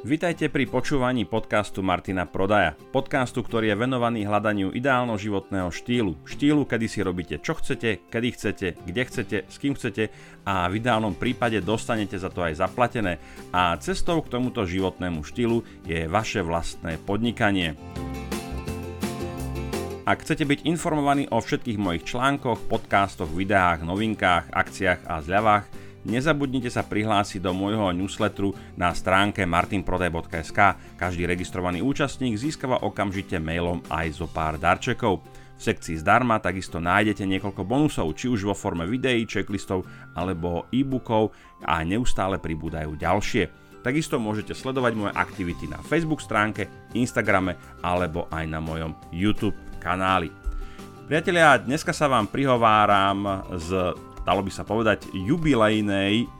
Vitajte pri počúvaní podcastu Martina Prodaja. Podcastu, ktorý je venovaný hľadaniu ideálneho životného štýlu. Štýlu, kedy si robíte čo chcete, kedy chcete, kde chcete, s kým chcete a v ideálnom prípade dostanete za to aj zaplatené. A cestou k tomuto životnému štýlu je vaše vlastné podnikanie. Ak chcete byť informovaní o všetkých mojich článkoch, podcastoch, videách, novinkách, akciách a zľavách, nezabudnite sa prihlásiť do môjho newsletteru na stránke martinprodaj.sk. Každý registrovaný účastník získava okamžite mailom aj zo pár darčekov. V sekcii zdarma takisto nájdete niekoľko bonusov, či už vo forme videí, checklistov alebo e-bookov a neustále pribúdajú ďalšie. Takisto môžete sledovať moje aktivity na Facebook stránke, Instagrame alebo aj na mojom YouTube kanáli. Priatelia, dneska sa vám prihováram dalo by sa povedať, jubilejnej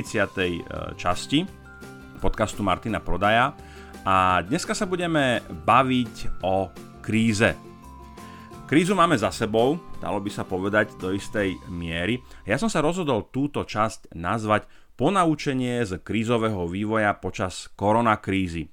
40. časti podcastu Martina Prodaja a dneska sa budeme baviť o kríze. Krízu máme za sebou, dalo by sa povedať do istej miery. Ja som sa rozhodol túto časť nazvať Ponaučenie z krízového vývoja počas koronakrízy.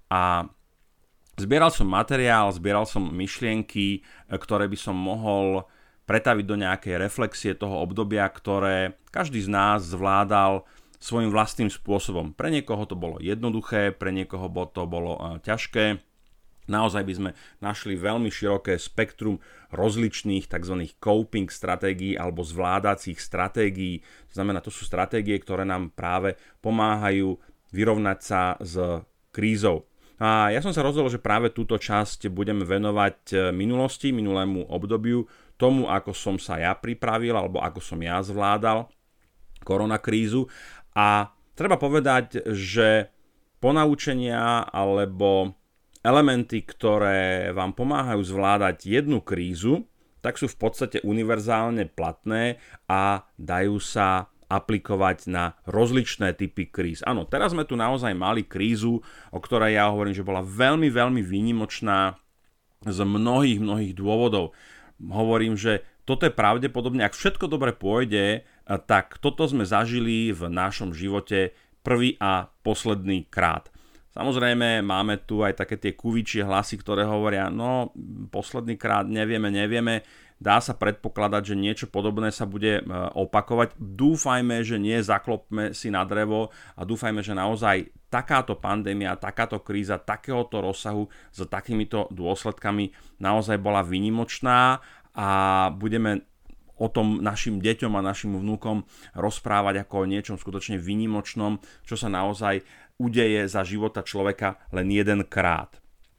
A zbieral som materiál, zbieral som myšlienky, ktoré by som mohol pretaviť do nejakej reflexie toho obdobia, ktoré každý z nás zvládal svojím vlastným spôsobom. Pre niekoho to bolo jednoduché, pre niekoho to bolo ťažké. Naozaj by sme našli veľmi široké spektrum rozličných tzv. Coping stratégií alebo zvládacích stratégií. To znamená, to sú stratégie, ktoré nám práve pomáhajú vyrovnať sa s krízou. A ja som sa rozhodol, že práve túto časť budeme venovať minulému obdobiu, tomu, ako som sa ja pripravil, alebo ako som ja zvládal koronakrízu. A treba povedať, že ponaučenia alebo elementy, ktoré vám pomáhajú zvládať jednu krízu, tak sú v podstate univerzálne platné a dajú sa aplikovať na rozličné typy kríz. Áno, teraz sme tu naozaj mali krízu, o ktorej ja hovorím, že bola veľmi, veľmi výnimočná z mnohých dôvodov. Hovorím, že toto je pravdepodobne, ak všetko dobre pôjde, tak toto sme zažili v našom živote prvý a posledný krát. Samozrejme, máme tu aj také tie kuvičie hlasy, ktoré hovoria, no posledný krát nevieme, dá sa predpokladať, že niečo podobné sa bude opakovať. Dúfajme, že nie, zaklopme si na drevo a dúfajme, že naozaj takáto pandémia, takáto kríza, takéhoto rozsahu s takýmito dôsledkami naozaj bola výnimočná a budeme o tom našim deťom a našim vnúkom rozprávať ako o niečom skutočne výnimočnom, čo sa naozaj udeje za života človeka len jedenkrát.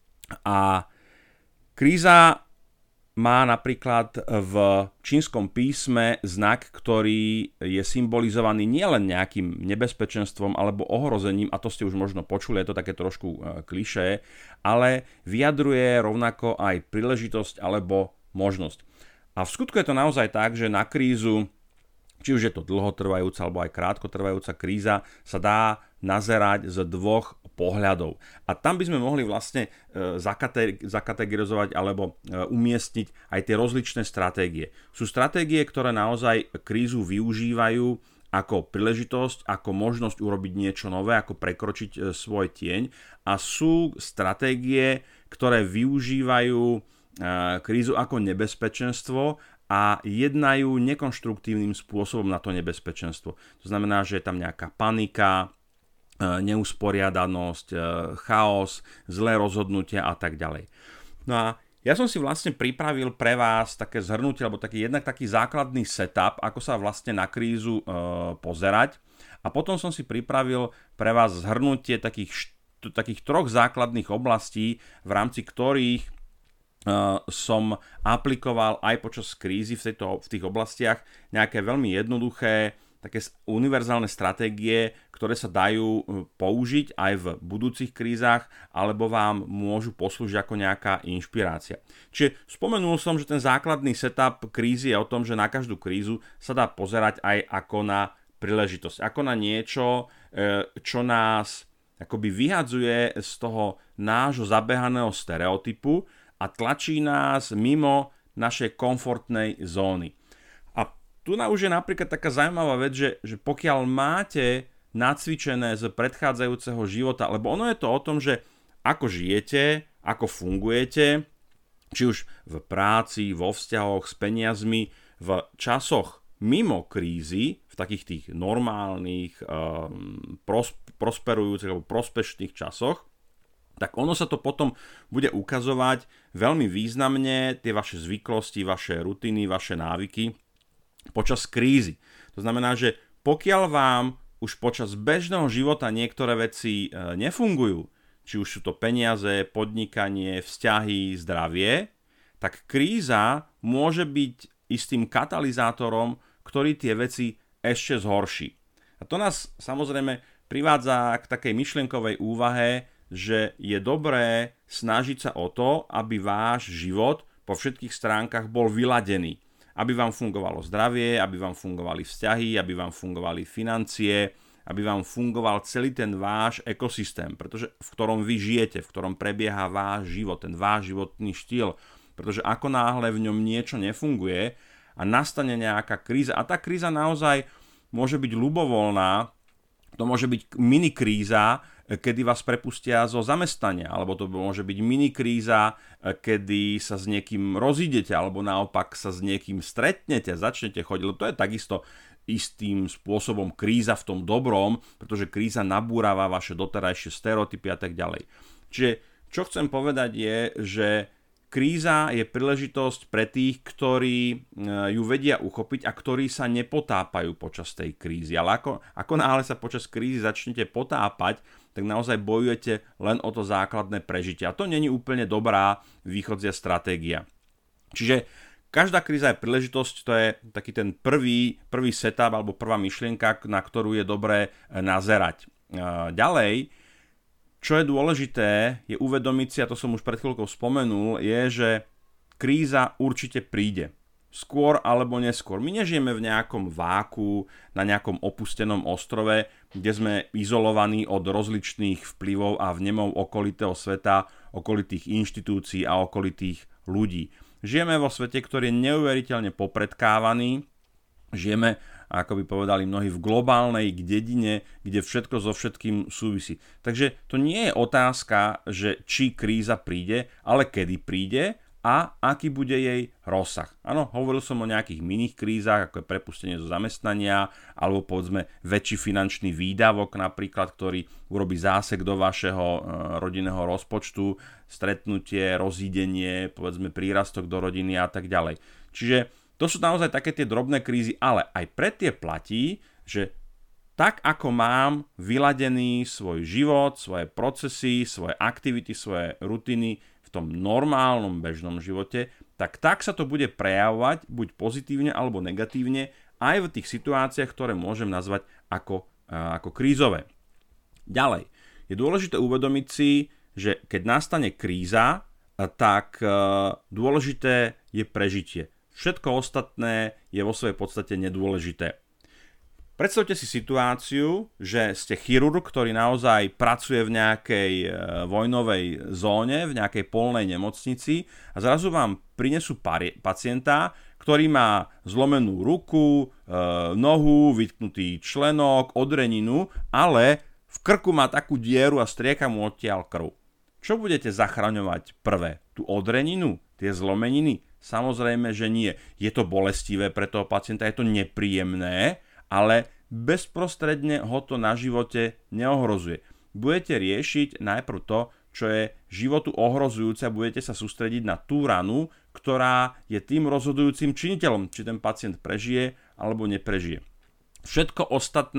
A kríza má napríklad v čínskom písme znak, ktorý je symbolizovaný nielen nejakým nebezpečenstvom alebo ohrozením, a to ste už možno počuli, je to také trošku klišé, ale vyjadruje rovnako aj príležitosť alebo možnosť. A v skutku je to naozaj tak, že na krízu, či už je to dlhotrvajúca alebo aj krátkotrvajúca kríza, sa dá nazerať z dvoch pohľadov. A tam by sme mohli vlastne zakategorizovať alebo umiestniť aj tie rozličné stratégie. Sú stratégie, ktoré naozaj krízu využívajú ako príležitosť, ako možnosť urobiť niečo nové, ako prekročiť svoj tieň. A sú stratégie, ktoré využívajú krízu ako nebezpečenstvo a jednajú nekonštruktívnym spôsobom na to nebezpečenstvo. To znamená, že je tam nejaká panika, neusporiadanosť, chaos, zlé rozhodnutia a tak ďalej. No a ja som si vlastne pripravil pre vás také zhrnutie, alebo taký základný setup, ako sa vlastne na krízu pozerať. A potom som si pripravil pre vás zhrnutie takých troch základných oblastí, v rámci ktorých som aplikoval aj počas krízy v tých oblastiach nejaké veľmi jednoduché, také univerzálne stratégie, ktoré sa dajú použiť aj v budúcich krízach, alebo vám môžu poslúžiť ako nejaká inšpirácia. Čiže spomenul som, že ten základný setup krízy je o tom, že na každú krízu sa dá pozerať aj ako na príležitosť, ako na niečo, čo nás akoby vyhadzuje z toho nášho zabehaného stereotypu a tlačí nás mimo našej komfortnej zóny. A tu už je napríklad taká zaujímavá vec, že pokiaľ máte nacvičené z predchádzajúceho života, lebo ono je to o tom, že ako žijete, ako fungujete, či už v práci, vo vzťahoch s peniazmi, v časoch mimo krízy, v takých tých normálnych, prosperujúcich alebo prospešných časoch, tak ono sa to potom bude ukazovať veľmi významne, tie vaše zvyklosti, vaše rutiny, vaše návyky počas krízy. To znamená, že pokiaľ vám už počas bežného života niektoré veci nefungujú, či už sú to peniaze, podnikanie, vzťahy, zdravie, tak kríza môže byť istým katalizátorom, ktorý tie veci ešte zhorší. A to nás samozrejme privádza k takej myšlienkovej úvahe, že je dobré snažiť sa o to, aby váš život po všetkých stránkach bol vyladený. Aby vám fungovalo zdravie, aby vám fungovali vzťahy, aby vám fungovali financie, aby vám fungoval celý ten váš ekosystém, v ktorom vy žijete, v ktorom prebieha váš život, ten váš životný štýl. Pretože ako náhle v ňom niečo nefunguje a nastane nejaká kríza, a tá kríza naozaj môže byť ľubovoľná, to môže byť mini kríza, kedy vás prepustia zo zamestnania, alebo to môže byť mini kríza, kedy sa s niekým rozídete, alebo naopak sa s niekým stretnete, začnete chodiť, lebo to je takisto istým spôsobom kríza v tom dobrom, pretože kríza nabúrava vaše doterajšie stereotypy a tak ďalej. Čiže čo chcem povedať je, že kríza je príležitosť pre tých, ktorí ju vedia uchopiť a ktorí sa nepotápajú počas tej krízy. Ale ako náhle sa počas krízy začnete potápať, tak naozaj bojujete len o to základné prežitie. A to není úplne dobrá východzia stratégia. Čiže každá kríza je príležitosť, to je taký ten prvý setup alebo prvá myšlienka, na ktorú je dobré nazerať. Ďalej, čo je dôležité, je uvedomiť si, a to som už pred chvíľkou spomenul, je, že kríza určite príde. Skôr alebo neskôr. My nežijeme v nejakom váku, na nejakom opustenom ostrove, kde sme izolovaní od rozličných vplyvov a vnemov okolitého sveta, okolitých inštitúcií a okolitých ľudí. Žijeme vo svete, ktorý je neuveriteľne popredkávaný. Žijeme, ako by povedali mnohí, v globálnej dedine, kde všetko so všetkým súvisí. Takže to nie je otázka, že či kríza príde, ale kedy príde a aký bude jej rozsah. Áno, hovoril som o nejakých miných krízach, ako je prepustenie zo zamestnania, alebo povedzme väčší finančný výdavok napríklad, ktorý urobí zásek do vašeho rodinného rozpočtu, stretnutie, rozídenie, povedzme prírastok do rodiny a tak ďalej. Čiže to sú naozaj také tie drobné krízy, ale aj pre tie platí, že tak ako mám vyladený svoj život, svoje procesy, svoje aktivity, svoje rutiny v tom normálnom bežnom živote, tak sa to bude prejavovať buď pozitívne alebo negatívne aj v tých situáciách, ktoré môžem nazvať ako krízové. Ďalej, je dôležité uvedomiť si, že keď nastane kríza, tak dôležité je prežitie. Všetko ostatné je vo svojej podstate nedôležité. Predstavte si situáciu, že ste chirurg, ktorý naozaj pracuje v nejakej vojnovej zóne, v nejakej polnej nemocnici a zrazu vám prinesú pacienta, ktorý má zlomenú ruku, nohu, vytknutý členok, odreninu, ale v krku má takú dieru a strieka mu odtiaľ krv. Čo budete zachraňovať prvé? Tú odreninu? Tie zlomeniny? Samozrejme, že nie. Je to bolestivé pre toho pacienta, je to nepríjemné, ale bezprostredne ho to na živote neohrozuje. Budete riešiť najprv to, čo je životu ohrozujúce a budete sa sústrediť na tú ranu, ktorá je tým rozhodujúcim činiteľom, či ten pacient prežije alebo neprežije. Všetko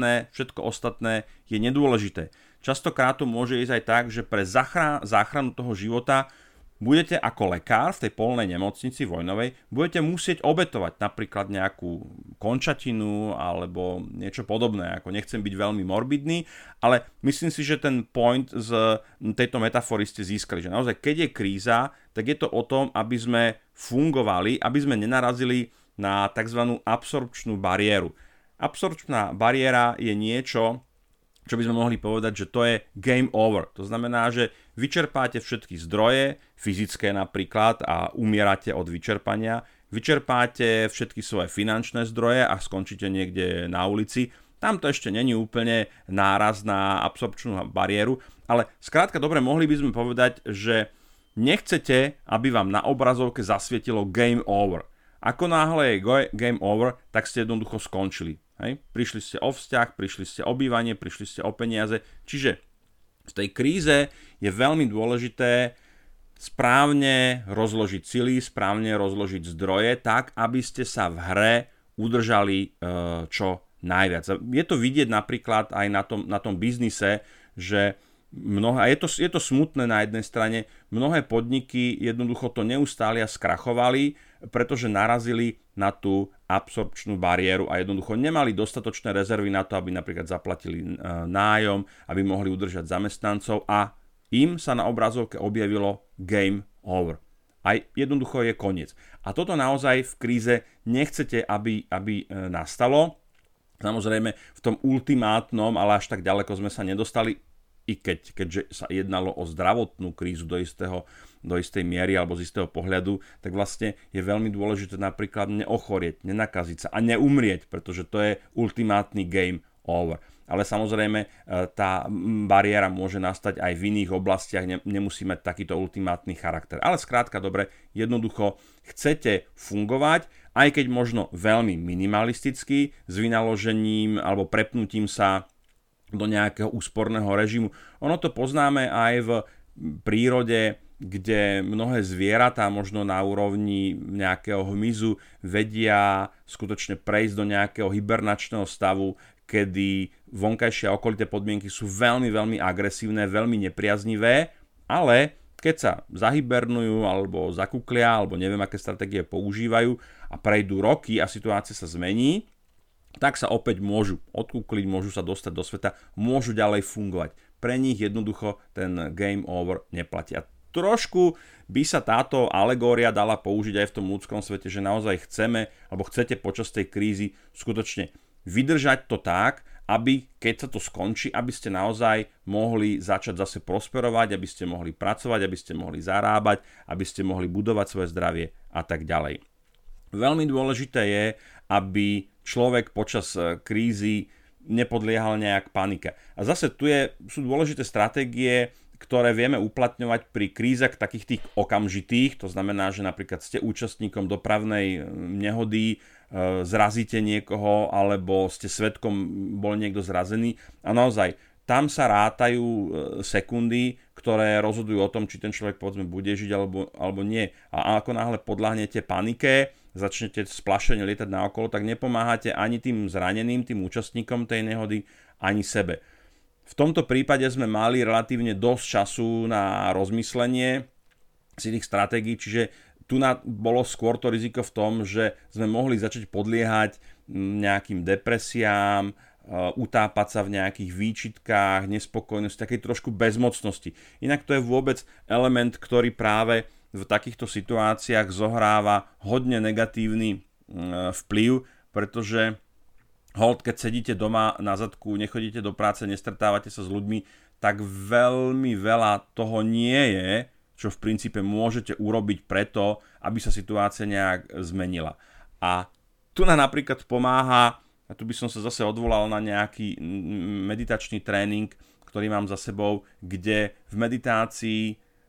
ostatné je nedôležité. Častokrát to môže ísť aj tak, že pre záchranu toho života budete ako lekár v tej polnej nemocnici vojnovej, budete musieť obetovať napríklad nejakú končatinu alebo niečo podobné. Ako nechcem byť veľmi morbidný, ale myslím si, že ten point z tejto metafory ste získali. Že naozaj, keď je kríza, tak je to o tom, aby sme fungovali, aby sme nenarazili na tzv. Absorpčnú bariéru. Absorpčná bariéra je niečo, čo by sme mohli povedať, že to je game over. To znamená, že vyčerpáte všetky zdroje, fyzické napríklad, a umierate od vyčerpania. Vyčerpáte všetky svoje finančné zdroje a skončíte niekde na ulici. Tam to ešte není úplne náraz na absorpčnú bariéru, ale skrátka dobre, mohli by sme povedať, že nechcete, aby vám na obrazovke zasvietilo game over. Ako náhle je game over, tak ste jednoducho skončili. Hej? Prišli ste o vzťah, prišli ste o bývanie, prišli ste o peniaze. Čiže v tej kríze je veľmi dôležité správne rozložiť sily, správne rozložiť zdroje tak, aby ste sa v hre udržali čo najviac. Je to vidieť napríklad aj na tom biznise, že je to smutné na jednej strane, mnohé podniky jednoducho to neustále skrachovali, pretože narazili na tú absorpčnú bariéru a jednoducho nemali dostatočné rezervy na to, aby napríklad zaplatili nájom, aby mohli udržať zamestnancov a im sa na obrazovke objavilo game over. A jednoducho je koniec. A toto naozaj v kríze nechcete, aby nastalo. Samozrejme, v tom ultimátnom, ale až tak ďaleko sme sa nedostali, i keďže sa jednalo o zdravotnú krízu do istej miery alebo z istého pohľadu, tak vlastne je veľmi dôležité napríklad neochorieť, nenakaziť sa a neumrieť, pretože to je ultimátny game over. Ale samozrejme, tá bariéra môže nastať aj v iných oblastiach, nemusí mať takýto ultimátny charakter. Ale skrátka dobre, jednoducho chcete fungovať, aj keď možno veľmi minimalisticky, s vynaložením alebo prepnutím sa do nejakého úsporného režimu. Ono to poznáme aj v prírode, kde mnohé zvieratá možno na úrovni nejakého hmyzu vedia skutočne prejsť do nejakého hibernačného stavu, kedy vonkajšie a okolité podmienky sú veľmi, veľmi agresívne, veľmi nepriaznivé, ale keď sa zahibernujú alebo zakuklia, alebo neviem, aké stratégie používajú a prejdú roky a situácia sa zmení, tak sa opäť môžu odkúkliť, môžu sa dostať do sveta, môžu ďalej fungovať. Pre nich jednoducho ten game over neplatí. A trošku by sa táto alegória dala použiť aj v tom ľudskom svete, že naozaj chceme, alebo chcete počas tej krízy skutočne vydržať to tak, aby keď sa to skončí, aby ste naozaj mohli začať zase prosperovať, aby ste mohli pracovať, aby ste mohli zarábať, aby ste mohli budovať svoje zdravie a tak ďalej. Veľmi dôležité je, aby človek počas krízy nepodliehal nejak panike. A zase sú dôležité stratégie, ktoré vieme uplatňovať pri krízach takých tých okamžitých, to znamená, že napríklad ste účastníkom dopravnej nehody, zrazíte niekoho, alebo ste svedkom, bol niekto zrazený a naozaj tam sa rátajú sekundy, ktoré rozhodujú o tom, či ten človek povedzme bude žiť alebo nie. A ako náhle podľahnete panike, začnete splašene lietať naokolo, tak nepomáhate ani tým zraneným, tým účastníkom tej nehody, ani sebe. V tomto prípade sme mali relatívne dosť času na rozmyslenie si tých stratégií, čiže tu bolo skôr to riziko v tom, že sme mohli začať podliehať nejakým depresiám, utápať sa v nejakých výčitkách, nespokojnosti, takej trošku bezmocnosti. Inak to je vôbec element, ktorý práve v takýchto situáciách zohráva hodne negatívny vplyv, pretože hold, keď sedíte doma na zadku, nechodíte do práce, nestretávate sa s ľuďmi, tak veľmi veľa toho nie je, čo v princípe môžete urobiť preto, aby sa situácia nejak zmenila. A tu napríklad pomáha, a tu by som sa zase odvolal na nejaký meditačný tréning, ktorý mám za sebou, kde v meditácii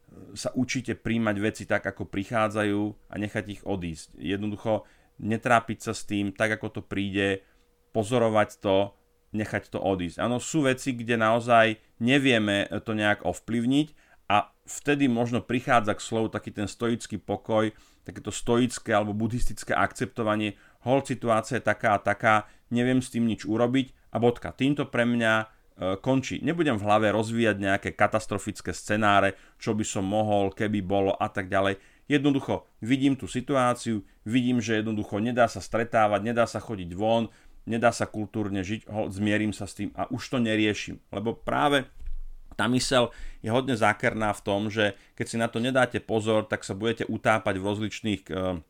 sa učíte príjmať veci tak, ako prichádzajú a nechať ich odísť. Jednoducho netrápiť sa s tým, tak ako to príde, pozorovať to, nechať to odísť. Áno, sú veci, kde naozaj nevieme to nejak ovplyvniť a vtedy možno prichádza k slovu taký ten stoický pokoj, takéto stoické alebo buddhistické akceptovanie, hold, situácia je taká a taká, neviem s tým nič urobiť a bodka. Týmto pre mňa končí. Nebudem v hlave rozvíjať nejaké katastrofické scenáre, čo by som mohol, keby bolo a tak ďalej. Jednoducho vidím tú situáciu, vidím, že jednoducho nedá sa stretávať, nedá sa chodiť von, nedá sa kultúrne žiť, zmierim sa s tým a už to neriešim. Lebo práve tá myseľ je hodne zákerná v tom, že keď si na to nedáte pozor, tak sa budete utápať v rozličných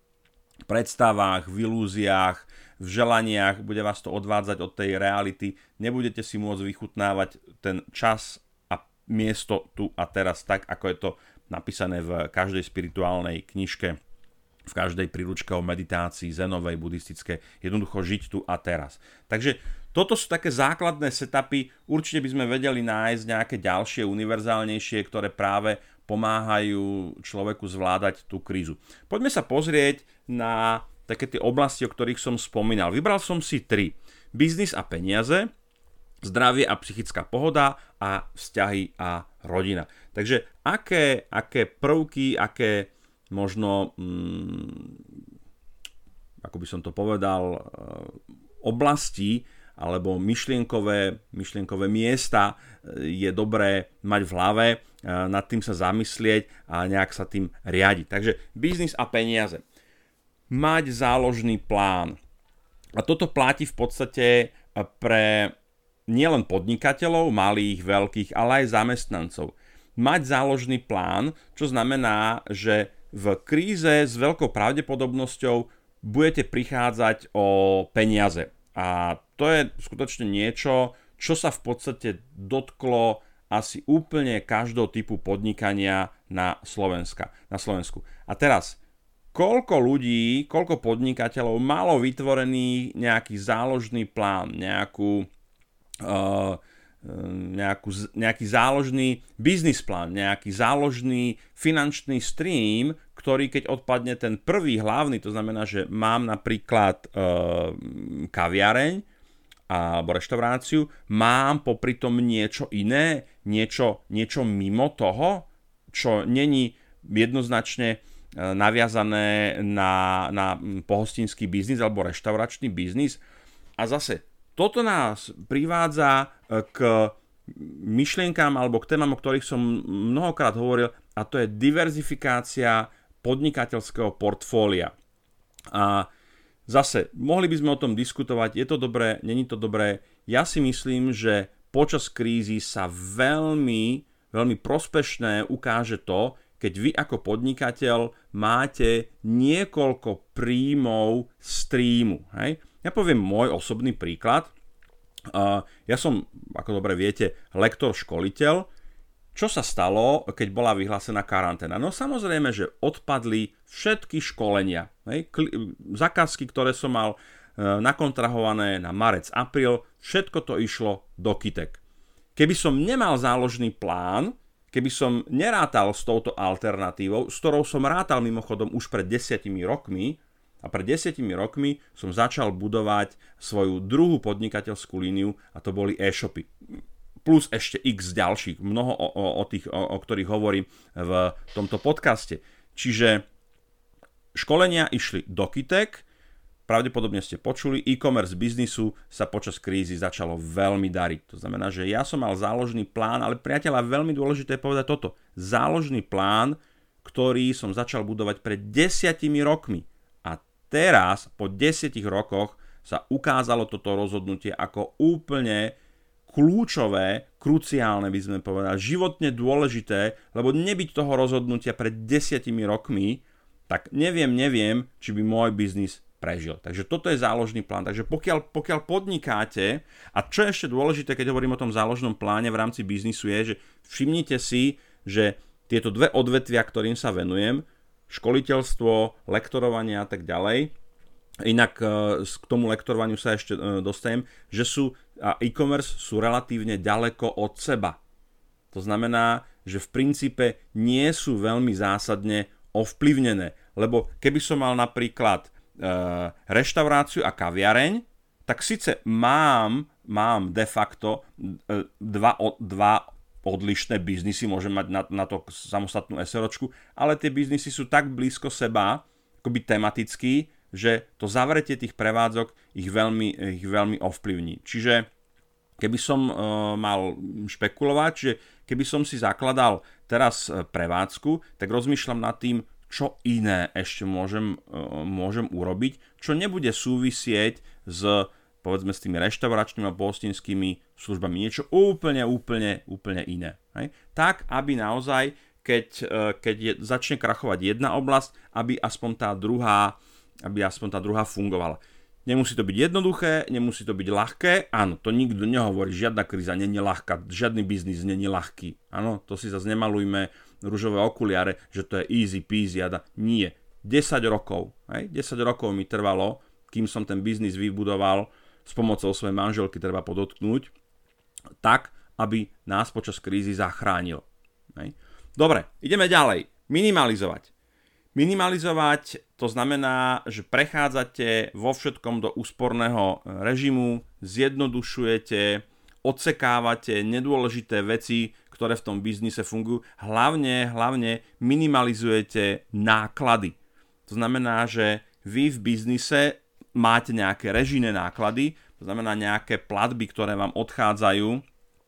predstavách, v ilúziách, v želaniach, bude vás to odvádzať od tej reality, nebudete si môcť vychutnávať ten čas a miesto tu a teraz tak, ako je to napísané v každej spirituálnej knižke, v každej príručke o meditácii, zenovej, buddhistickej, jednoducho žiť tu a teraz. Takže toto sú také základné setupy, určite by sme vedeli nájsť nejaké ďalšie, univerzálnejšie, ktoré práve pomáhajú človeku zvládať tú krízu. Poďme sa pozrieť na také tie oblasti, o ktorých som spomínal. Vybral som si 3. Biznis a peniaze, zdravie a psychická pohoda a vzťahy a rodina. Takže aké prvky, aké možno, ako by som to povedal, oblasti alebo myšlienkové miesta je dobré mať v hlave, nad tým sa zamyslieť a nejak sa tým riadiť. Takže biznis a peniaze. Mať záložný plán. A toto platí v podstate pre nielen podnikateľov, malých, veľkých, ale aj zamestnancov. Mať záložný plán, čo znamená, že v kríze s veľkou pravdepodobnosťou budete prichádzať o peniaze. A to je skutočne niečo, čo sa v podstate dotklo asi úplne každého typu podnikania na Slovensku. A teraz, koľko podnikateľov malo vytvorený nejaký záložný plán, nejaký záložný biznis plán, nejaký záložný finančný stream, ktorý keď odpadne ten prvý hlavný, to znamená, že mám napríklad kaviareň alebo reštauráciu, mám popri tom niečo iné, niečo mimo toho, čo není jednoznačne naviazané na pohostinský biznis alebo reštauračný biznis. A zase toto nás privádza k myšlienkám alebo k témam, o ktorých som mnohokrát hovoril, a to je diverzifikácia podnikateľského portfólia. A zase, mohli by sme o tom diskutovať, je to dobré, není to dobré. Ja si myslím, že počas krízy sa veľmi, veľmi prospešné ukáže to, keď vy ako podnikateľ máte niekoľko príjmov streamu. Hej? Ja poviem môj osobný príklad. Ja som, ako dobre viete, lektor, školiteľ. Čo sa stalo, keď bola vyhlásená karanténa? No samozrejme, že odpadli všetky školenia. Zákazky, ktoré som mal nakontrahované na marec, apríl, všetko to išlo do kytek. Keby som nemal záložný plán, keby som nerátal s touto alternatívou, s ktorou som rátal mimochodom už pred 10 rokmi, a pred 10 rokmi som začal budovať svoju druhú podnikateľskú líniu a to boli e-shopy. Plus ešte x ďalších, mnoho o tých, o ktorých hovorím v tomto podcaste. Čiže školenia išli do kytek, pravdepodobne ste počuli, e-commerce biznisu sa počas krízy začalo veľmi dariť. To znamená, že ja som mal záložný plán, ale priateľa, veľmi dôležité je povedať toto. Záložný plán, ktorý som začal budovať pred 10 rokmi. Teraz, po 10 rokoch, sa ukázalo toto rozhodnutie ako úplne kľúčové, kruciálne by sme povedali, životne dôležité, lebo nebyť toho rozhodnutia pred 10 rokmi, tak neviem, či by môj biznis prežil. Takže toto je záložný plán. Takže pokiaľ podnikáte, a čo je ešte dôležité, keď hovorím o tom záložnom pláne v rámci biznisu, je, že všimnite si, že tieto dve odvetvia, ktorým sa venujem, školiteľstvo, lektorovanie a tak ďalej. Inak k tomu lektorovaniu sa ešte dostanem, že e-commerce sú relatívne ďaleko od seba. To znamená, že v princípe nie sú veľmi zásadne ovplyvnené. Lebo keby som mal napríklad reštauráciu a kaviareň, tak síce mám de facto dva odlišné biznisy, môžem mať na to samostatnú SROčku, ale tie biznisy sú tak blízko seba, akoby tematicky, že to zavretie tých prevádzok ich veľmi ovplyvní. Čiže keby som mal špekulovať, že keby som si zakladal teraz prevádzku, tak rozmýšľam nad tým, čo iné ešte môžem urobiť, čo nebude súvisieť povedzme s tými reštauračnými a pohostinskými službami. Niečo úplne iné. Hej? Tak, aby naozaj, keď začne krachovať jedna oblasť, aby aspoň tá druhá fungovala. Nemusí to byť jednoduché, nemusí to byť ľahké. Áno, to nikto nehovorí, žiadna kríza nie je ľahká, žiadny biznis nie je ľahký. Áno, to si zase nemalujme ružové okuliare, že to je easy peasy. Nie. 10 rokov. Hej? 10 rokov mi trvalo, kým som ten biznis vybudoval s pomocou svojej manželky treba podotknúť, tak, aby nás počas krízy zachránil. Hej. Dobre, ideme ďalej. Minimalizovať. Minimalizovať to znamená, že prechádzate vo všetkom do úsporného režimu, zjednodušujete, odsekávate nedôležité veci, ktoré v tom biznise fungujú. Hlavne minimalizujete náklady. To znamená, že vy v biznise máte nejaké režijné náklady, to znamená nejaké platby, ktoré vám odchádzajú.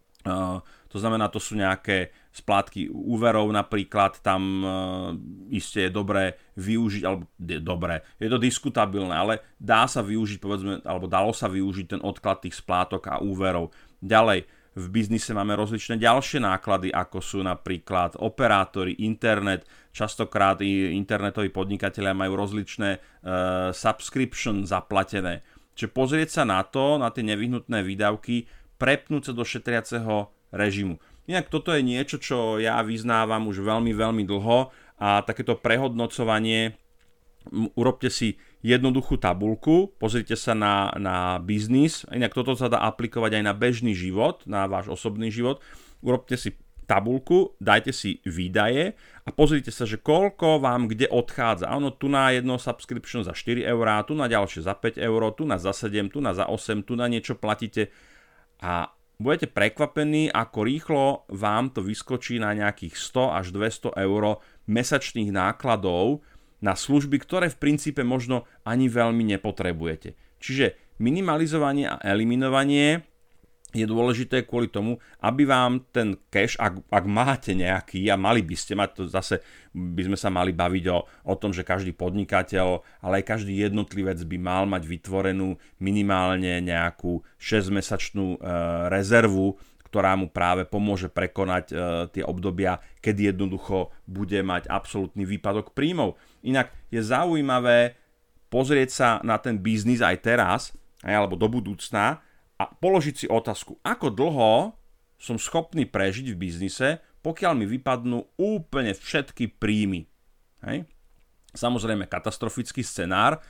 To znamená, to sú nejaké splátky úverov napríklad, tam iste je dobré využiť, alebo je to diskutabilné, ale dá sa využiť, povedzme, alebo dalo sa využiť ten odklad tých splátok a úverov. Ďalej, v biznise máme rozličné ďalšie náklady, ako sú napríklad operátori, internet, častokrát i internetoví podnikatelia majú rozličné subscription zaplatené. Čiže pozrieť sa na to, na tie nevyhnutné výdavky, prepnúť sa do šetriaceho režimu. Inak toto je niečo, čo ja vyznávam už veľmi, veľmi dlho a takéto prehodnocovanie, urobte si jednoduchú tabuľku, pozrite sa na biznis, inak toto sa dá aplikovať aj na bežný život, na váš osobný život, urobte si tabuľku, dajte si výdaje a pozrite sa, že koľko vám kde odchádza. Áno, tu na jedno subscription za 4 eurá, tu na ďalšie za 5 eur, tu na za 7, tu na za 8, tu na niečo platíte a budete prekvapení, ako rýchlo vám to vyskočí na nejakých 100 až 200 eur mesačných nákladov na služby, ktoré v princípe možno ani veľmi nepotrebujete. Čiže minimalizovanie a eliminovanie je dôležité kvôli tomu, aby vám ten cash, ak máte nejaký, a mali by ste mať, to zase by sme sa mali baviť o tom, že každý podnikateľ, ale aj každý jednotlivec by mal mať vytvorenú minimálne nejakú 6-mesačnú rezervu, ktorá mu práve pomôže prekonať tie obdobia, kedy jednoducho bude mať absolútny výpadok príjmov. Inak je zaujímavé pozrieť sa na ten biznis aj teraz, alebo do budúcna, a položiť si otázku, ako dlho som schopný prežiť v biznise, pokiaľ mi vypadnú úplne všetky príjmy. Hej? Samozrejme katastrofický scenár,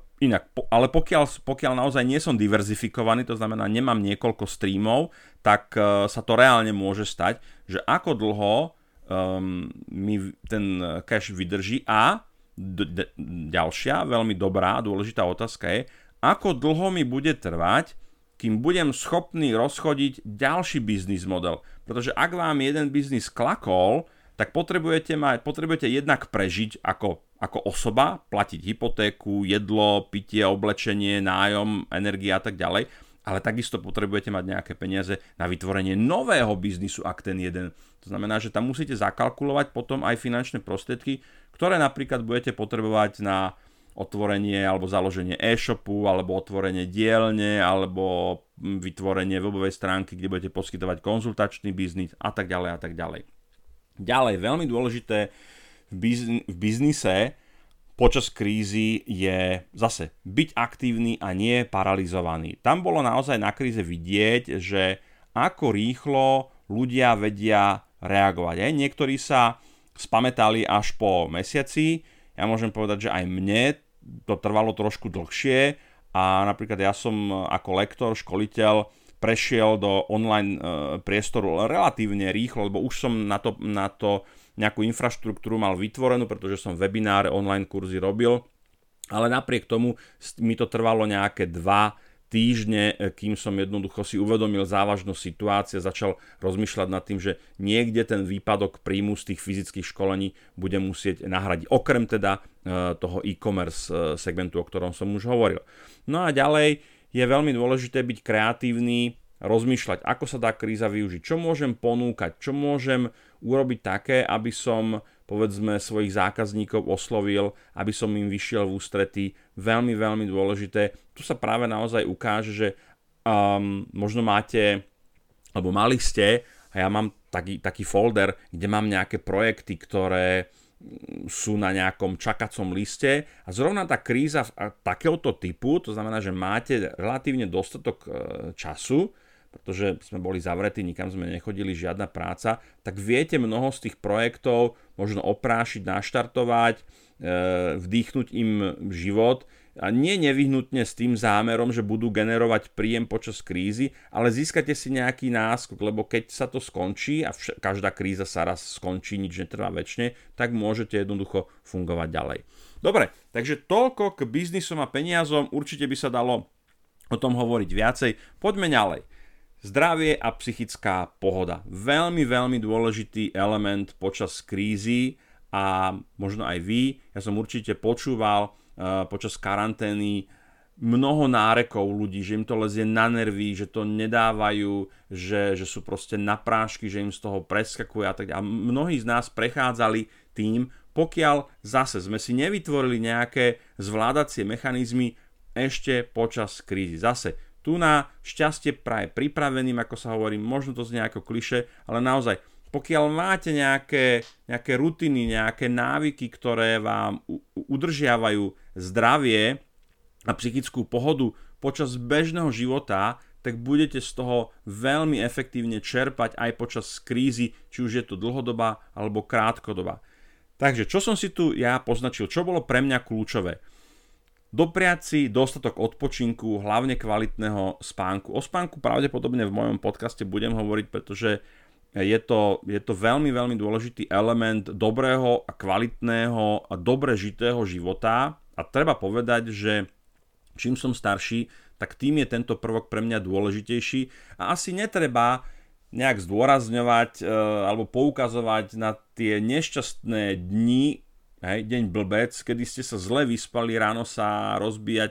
ale pokiaľ naozaj nie som diverzifikovaný, to znamená nemám niekoľko streamov, tak sa to reálne môže stať, že ako dlho mi ten cash vydrží a ďalšia veľmi dobrá, dôležitá otázka je, ako dlho mi bude trvať, kým budem schopný rozchodiť ďalší biznis model. Pretože ak vám jeden biznis klakol, tak potrebujete jednak prežiť ako osoba, platiť hypotéku, jedlo, pitie, oblečenie, nájom, energia a tak ďalej, ale takisto potrebujete mať nejaké peniaze na vytvorenie nového biznisu, ak ten jeden. To znamená, že tam musíte zakalkulovať potom aj finančné prostriedky, ktoré napríklad budete potrebovať na otvorenie alebo založenie e-shopu, alebo otvorenie dielne, alebo vytvorenie webovej stránky, kde budete poskytovať konzultačný biznis a tak ďalej a tak ďalej. Ďalej, veľmi dôležité v biznise počas krízy je zase byť aktívny a nie paralizovaný. Tam bolo naozaj na kríze vidieť, že ako rýchlo ľudia vedia reagovať. Niektorí sa spamätali až po mesiaci, ja môžem povedať, že aj mne to trvalo trošku dlhšie a napríklad ja som ako lektor, školiteľ prešiel do online priestoru relatívne rýchlo, lebo už som na to nejakú infraštruktúru mal vytvorenú, pretože som webináre, online kurzy robil, ale napriek tomu mi to trvalo nejaké 2 týždne, kým som jednoducho si uvedomil závažnosť situácie, začal rozmýšľať nad tým, že niekde ten výpadok príjmu z tých fyzických školení bude musieť nahradiť. Okrem teda toho e-commerce segmentu, o ktorom som už hovoril. No a ďalej je veľmi dôležité byť kreatívny, rozmýšľať, ako sa dá kríza využiť, čo môžem ponúkať, čo môžem urobiť také, aby som povedzme svojich zákazníkov oslovil, aby som im vyšiel v ústretí. Veľmi, veľmi dôležité. Tu sa práve naozaj ukáže, že možno máte, alebo mali ste, a ja mám taký folder, kde mám nejaké projekty, ktoré sú na nejakom čakacom liste a zrovna tá kríza takéhoto typu, to znamená, že máte relatívne dostatok času, pretože sme boli zavretí, nikam sme nechodili, žiadna práca, tak viete mnoho z tých projektov možno oprášiť, naštartovať, vdýchnuť im život. A nie nevyhnutne s tým zámerom, že budú generovať príjem počas krízy, ale získate si nejaký náskok, lebo keď sa to skončí, a každá kríza sa raz skončí, nič netrvá večne, tak môžete jednoducho fungovať ďalej. Dobre, takže toľko k biznisom a peniazom, určite by sa dalo o tom hovoriť viacej. Poďme ďalej. Zdravie a psychická pohoda. Veľmi, veľmi dôležitý element počas krízy a možno aj vy. Ja som určite počúval počas karantény mnoho nárekov ľudí, že im to lezie na nervy, že to nedávajú, že sú proste na prášky, že im z toho preskakuje a tak. A mnohí z nás prechádzali tým, pokiaľ zase sme si nevytvorili nejaké zvládacie mechanizmy ešte počas krízy. Zase tu na šťastie praje pripraveným, ako sa hovorí, možno to znie ako klišé, ale naozaj pokiaľ máte nejaké rutiny, nejaké návyky, ktoré vám udržiavajú zdravie a psychickú pohodu počas bežného života, tak budete z toho veľmi efektívne čerpať aj počas krízy, či už je to dlhodobá alebo krátkodobá. Takže čo som si tu ja poznačil, čo bolo pre mňa kľúčové? Dopriať si dostatok odpočinku, hlavne kvalitného spánku. O spánku pravdepodobne v mojom podcaste budem hovoriť, pretože je to veľmi, veľmi dôležitý element dobrého a kvalitného a dobre žitého života a treba povedať, že čím som starší, tak tým je tento prvok pre mňa dôležitejší a asi netreba nejak zdôrazňovať alebo poukazovať na tie nešťastné dni, deň blbec, kedy ste sa zle vyspali, ráno sa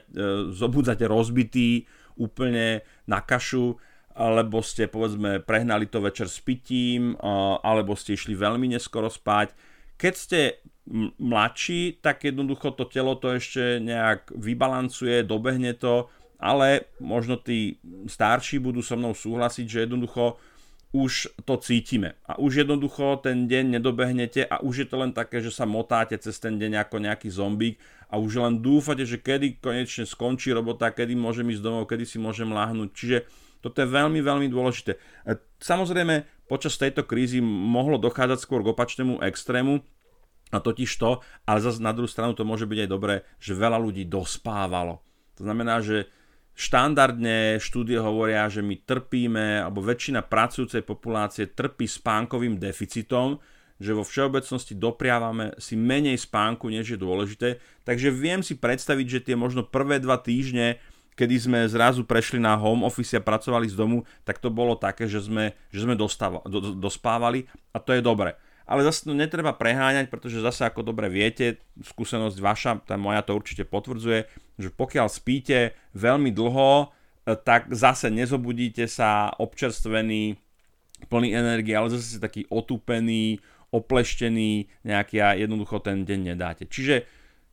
zobudzate rozbitý úplne na kašu, alebo ste povedzme prehnali to večer s pitím, alebo ste išli veľmi neskoro spať. Keď ste mladší, tak jednoducho to telo to ešte nejak vybalancuje, dobehne to, ale možno tí starší budú so mnou súhlasiť, že jednoducho už to cítime. A už jednoducho ten deň nedobehnete a už je to len také, že sa motáte cez ten deň ako nejaký zombík a už len dúfate, že kedy konečne skončí robota, kedy môžem ísť domov, kedy si môžem láhnuť. Čiže toto je veľmi, veľmi dôležité. Samozrejme, počas tejto krízy mohlo dochádzať skôr k opačnému extrému, a totiž to, ale zase na druhú stranu to môže byť aj dobré, že veľa ľudí dospávalo. To znamená, že štandardne štúdie hovoria, že my trpíme, alebo väčšina pracujúcej populácie trpí spánkovým deficitom, že vo všeobecnosti dopriavame si menej spánku, než je dôležité. Takže viem si predstaviť, že tie možno prvé 2 týždne, kedy sme zrazu prešli na home office a pracovali z domu, tak to bolo také, že sme dospávali a to je dobre. Ale zase to netreba preháňať, pretože zase ako dobre viete, skúsenosť vaša, tá moja to určite potvrdzuje, že pokiaľ spíte veľmi dlho, tak zase nezobudíte sa občerstvený, plný energie, ale zase ste taký otúpený, opleštený nejaký a jednoducho ten deň nedáte. Čiže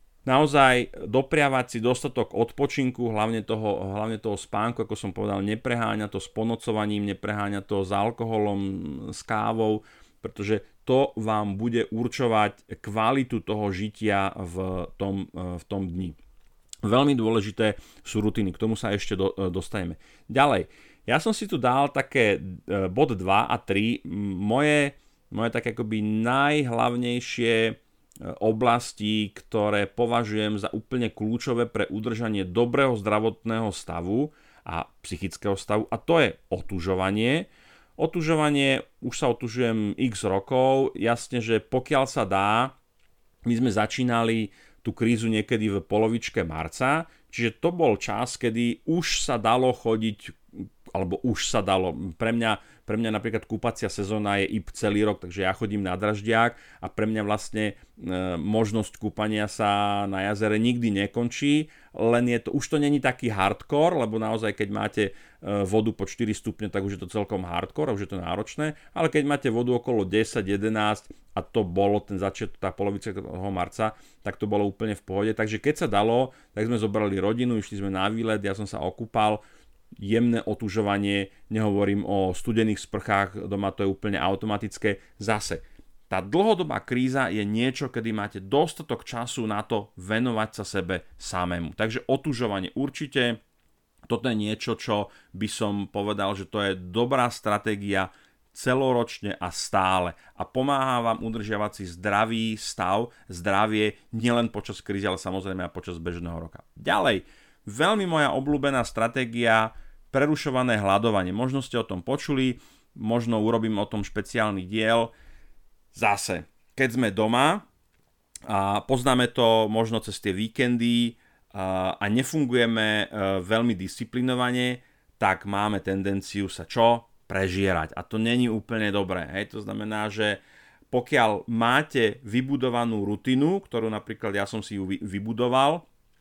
naozaj dopriavať si dostatok odpočinku, hlavne toho spánku, ako som povedal, nepreháňa to s ponocovaním, nepreháňa to s alkoholom, s kávou, pretože to vám bude určovať kvalitu toho žitia v tom dni. Veľmi dôležité sú rutiny, k tomu sa ešte dostaneme. Ďalej, ja som si tu dal také bod 2 a 3, moje také akoby najhlavnejšie oblasti, ktoré považujem za úplne kľúčové pre udržanie dobrého zdravotného stavu a psychického stavu, a to je otužovanie. Otužovanie, už sa otužujem x rokov, jasne, že pokiaľ sa dá, my sme začínali tú krízu niekedy v polovičke marca, čiže to bol čas, kedy už sa dalo chodiť, alebo už sa dalo, pre mňa napríklad kúpacia sezóna je celý rok, takže ja chodím na Draždiak a pre mňa vlastne možnosť kúpania sa na jazere nikdy nekončí, len už to není taký hardcore, lebo naozaj keď máte vodu po 4 stupne, tak už je to celkom hardcore, už je to náročné, ale keď máte vodu okolo 10-11 a to bolo ten začiatok, tá polovica toho marca, tak to bolo úplne v pohode, takže keď sa dalo, tak sme zobrali rodinu, išli sme na výlet, ja som sa okúpal, jemné otužovanie, nehovorím o studených sprchách, doma to je úplne automatické. Zase, tá dlhodobá kríza je niečo, kedy máte dostatok času na to venovať sa sebe samému. Takže otužovanie určite, toto je niečo, čo by som povedal, že to je dobrá stratégia celoročne a stále a pomáha vám udržiavať si zdravý stav, zdravie nielen počas krízy, ale samozrejme aj počas bežného roka. Ďalej, veľmi moja obľúbená stratégia prerušované hľadovanie. Možno ste o tom počuli, možno urobím o tom špeciálny diel. Zase, keď sme doma a poznáme to možno cez tie víkendy a nefungujeme veľmi disciplinovane, tak máme tendenciu sa prežierať. A to není úplne dobré. Hej? To znamená, že pokiaľ máte vybudovanú rutinu, ktorú napríklad ja som si ju vybudoval,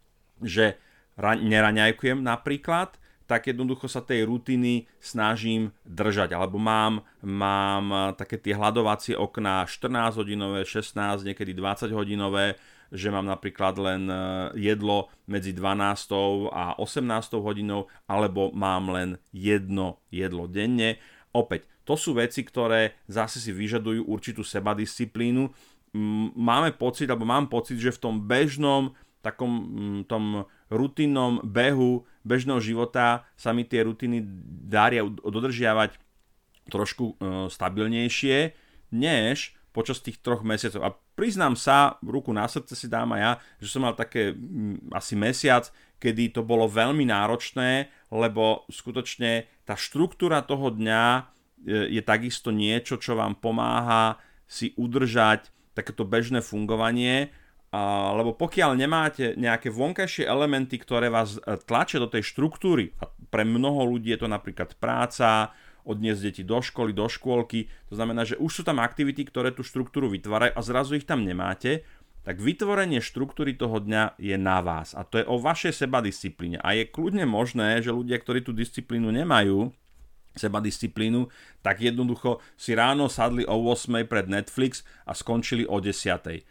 že neraňajkujem napríklad, tak jednoducho sa tej rutiny snažím držať. Alebo mám také tie hľadovacie okná 14-hodinové, 16, niekedy 20-hodinové, že mám napríklad len jedlo medzi 12 a 18 hodinou, alebo mám len jedno jedlo denne. Opäť, to sú veci, ktoré zase si vyžadujú určitú sebadisciplínu. Mám pocit, že v tom bežnom, takom tom rutinnom behu bežného života sa mi tie rutiny daria dodržiavať trošku stabilnejšie, než počas tých 3 mesiacov. A priznám sa, ruku na srdce si dám aj ja, že som mal také asi mesiac, kedy to bolo veľmi náročné, lebo skutočne tá štruktúra toho dňa je takisto niečo, čo vám pomáha si udržať takéto bežné fungovanie, lebo pokiaľ nemáte nejaké vonkajšie elementy, ktoré vás tlačia do tej štruktúry, a pre mnoho ľudí je to napríklad práca, odniesť deti do školy, do škôlky, to znamená, že už sú tam aktivity, ktoré tú štruktúru vytvárajú a zrazu ich tam nemáte, tak vytvorenie štruktúry toho dňa je na vás a to je o vašej sebadisciplíne. A je kľudne možné, že ľudia, ktorí tú disciplínu nemajú, sebadisciplínu, tak jednoducho si ráno sadli o 8 pred Netflix a skončili o 10.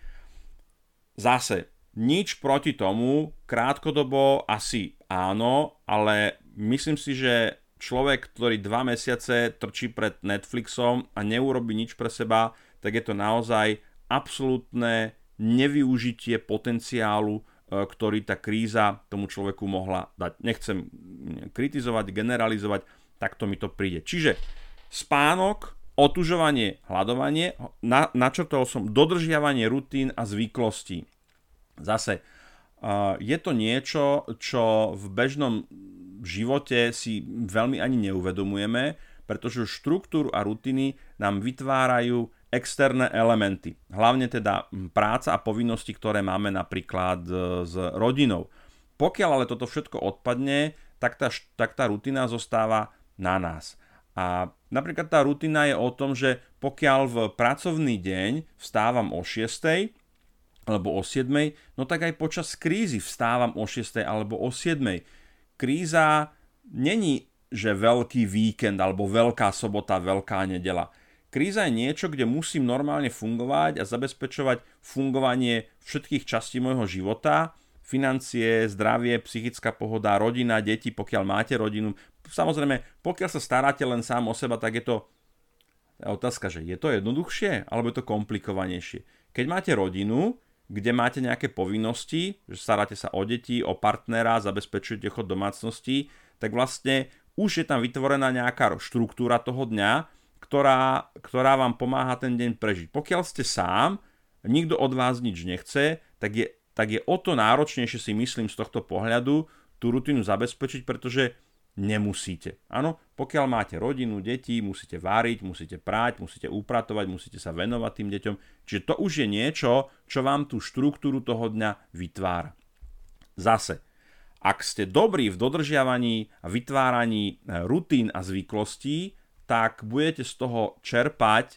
Zase, nič proti tomu, krátkodobo asi áno, ale myslím si, že človek, ktorý 2 mesiace trčí pred Netflixom a neurobi nič pre seba, tak je to naozaj absolútne nevyužitie potenciálu, ktorý tá kríza tomu človeku mohla dať. Nechcem kritizovať, generalizovať, takto mi to príde. Čiže spánok, otužovanie, hľadovanie, načrtol som dodržiavanie rutín a zvyklostí. Zase, je to niečo, čo v bežnom živote si veľmi ani neuvedomujeme, pretože štruktúru a rutiny nám vytvárajú externé elementy. Hlavne teda práca a povinnosti, ktoré máme napríklad s rodinou. Pokiaľ ale toto všetko odpadne, tak tá rutina zostáva na nás. A napríklad tá rutina je o tom, že pokiaľ v pracovný deň vstávam o 6 alebo o 7, no tak aj počas krízy vstávam o 6 alebo o 7. Kríza není, že veľký víkend alebo veľká sobota, veľká nedeľa. Kríza je niečo, kde musím normálne fungovať a zabezpečovať fungovanie všetkých častí môjho života, financie, zdravie, psychická pohoda, rodina, deti, pokiaľ máte rodinu. Samozrejme, pokiaľ sa staráte len sám o seba, tak je to otázka, že je to jednoduchšie alebo je to komplikovanejšie. Keď máte rodinu, kde máte nejaké povinnosti, že staráte sa o deti, o partnera, zabezpečujete chod domácnosti, tak vlastne už je tam vytvorená nejaká štruktúra toho dňa, ktorá vám pomáha ten deň prežiť. Pokiaľ ste sám, nikto od vás nič nechce, tak je o to náročnejšie, si myslím, z tohto pohľadu tú rutinu zabezpečiť, pretože nemusíte. Áno, pokiaľ máte rodinu, deti, musíte váriť, musíte práť, musíte upratovať, musíte sa venovať tým deťom. Čiže to už je niečo, čo vám tú štruktúru toho dňa vytvára. Zase, ak ste dobrí v dodržiavaní a vytváraní rutín a zvyklostí, tak budete z toho čerpať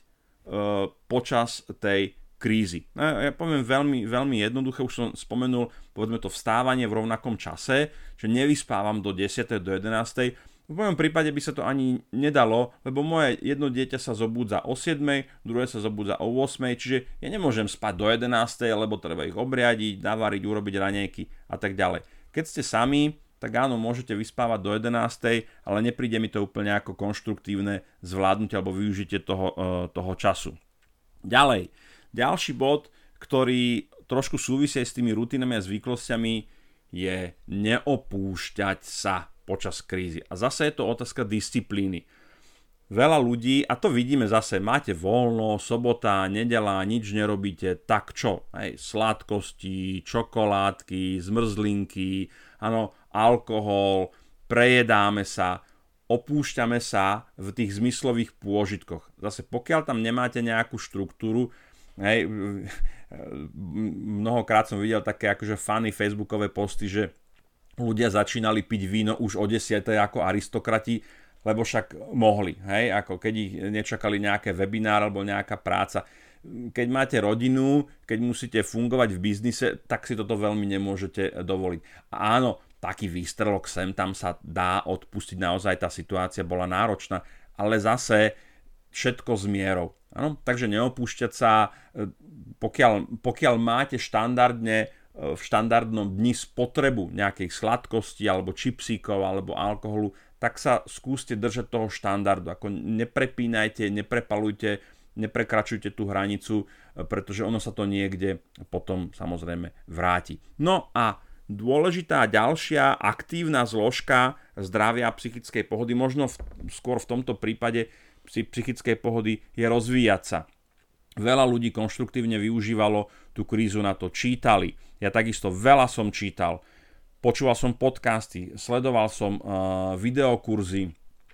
počas tej krízy. Ja poviem veľmi, veľmi jednoduché, už som spomenul, povedzme to vstávanie v rovnakom čase, že nevyspávam do 10. do 11. V mojom prípade by sa to ani nedalo, lebo moje jedno dieťa sa zobúdza o 7, druhé sa zobúdza o 8, čiže ja nemôžem spať do 11, lebo treba ich obriadiť, navariť, urobiť raňajky a tak ďalej. Keď ste sami, tak áno, môžete vyspávať do 11, ale nepríde mi to úplne ako konštruktívne zvládnutie alebo využitie toho času. Ďalší bod, ktorý trošku súvisí s tými rutinami a zvyklostiami, je neopúšťať sa počas krízy. A zase je to otázka disciplíny. veľa ľudí, a to vidíme zase, máte voľno, sobota, nedeľa, nič nerobíte, tak čo? Hej, sladkosti, čokoládky, zmrzlinky, áno, alkohol, prejedáme sa, opúšťame sa v tých zmyslových pôžitkoch. Zase pokiaľ tam nemáte nejakú štruktúru, hej, mnohokrát som videl také akože funny facebookové posty, že ľudia začínali piť víno už o 10:00 ako aristokrati, lebo však mohli, hej, ako keď ich nečakali nejaké webinár alebo nejaká práca. Keď máte rodinu, keď musíte fungovať v biznise, tak si toto veľmi nemôžete dovoliť. A áno, taký výstrelok sem tam sa dá odpustiť, naozaj tá situácia bola náročná, ale zase všetko s mierou. Áno? Takže neopúšťať sa, pokiaľ máte štandardne v štandardnom dni spotrebu nejakej sladkosti alebo čipsíkov alebo alkoholu, tak sa skúste držať toho štandardu. Ako neprepínajte, neprepalujte, neprekračujte tú hranicu, pretože ono sa to niekde potom samozrejme vráti. No a dôležitá ďalšia aktívna zložka zdravia a psychickej pohody, možno skôr v tomto prípade psychickej pohody, je rozvíjať sa. Veľa ľudí konštruktívne využívalo tú krízu na to, čítali. Ja takisto veľa som čítal, počúval som podcasty, sledoval som videokurzy,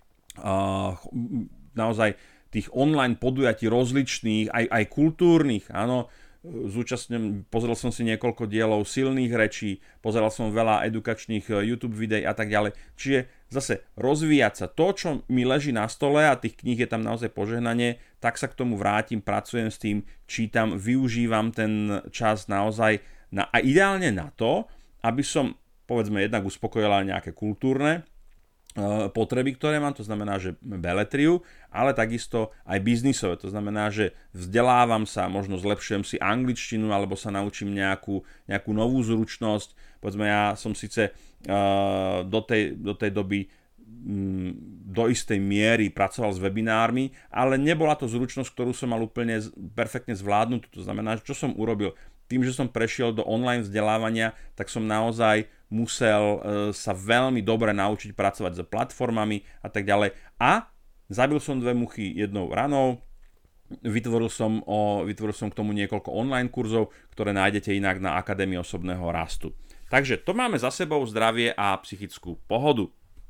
naozaj tých online podujatí rozličných, aj kultúrnych, áno, pozrel som si niekoľko dielov silných rečí, pozeral som veľa edukačných YouTube videí a tak ďalej. Čiže zase rozvíjať sa. To, čo mi leží na stole, a tých kníh je tam naozaj požehnanie, tak sa k tomu vrátim, pracujem s tým, čítam, využívam ten čas naozaj a ideálne na to, aby som, povedzme, jednak uspokojila nejaké kultúrne potreby, ktoré mám, to znamená, že beletriu, ale takisto aj biznisové, to znamená, že vzdelávam sa, možno zlepšujem si angličtinu, alebo sa naučím nejakú novú zručnosť. Povedzme, ja som síce do tej doby do istej miery pracoval s webinármi, ale nebola to zručnosť, ktorú som mal úplne perfektne zvládnutú. To znamená, že čo som urobil? Tým, že som prešiel do online vzdelávania, tak som naozaj musel sa veľmi dobre naučiť pracovať s platformami a tak ďalej. A zabil som 2 muchy jednou ranou, vytvoril som k tomu niekoľko online kurzov, ktoré nájdete inak na Akadémii osobného rastu. Takže to máme za sebou zdravie a psychickú pohodu.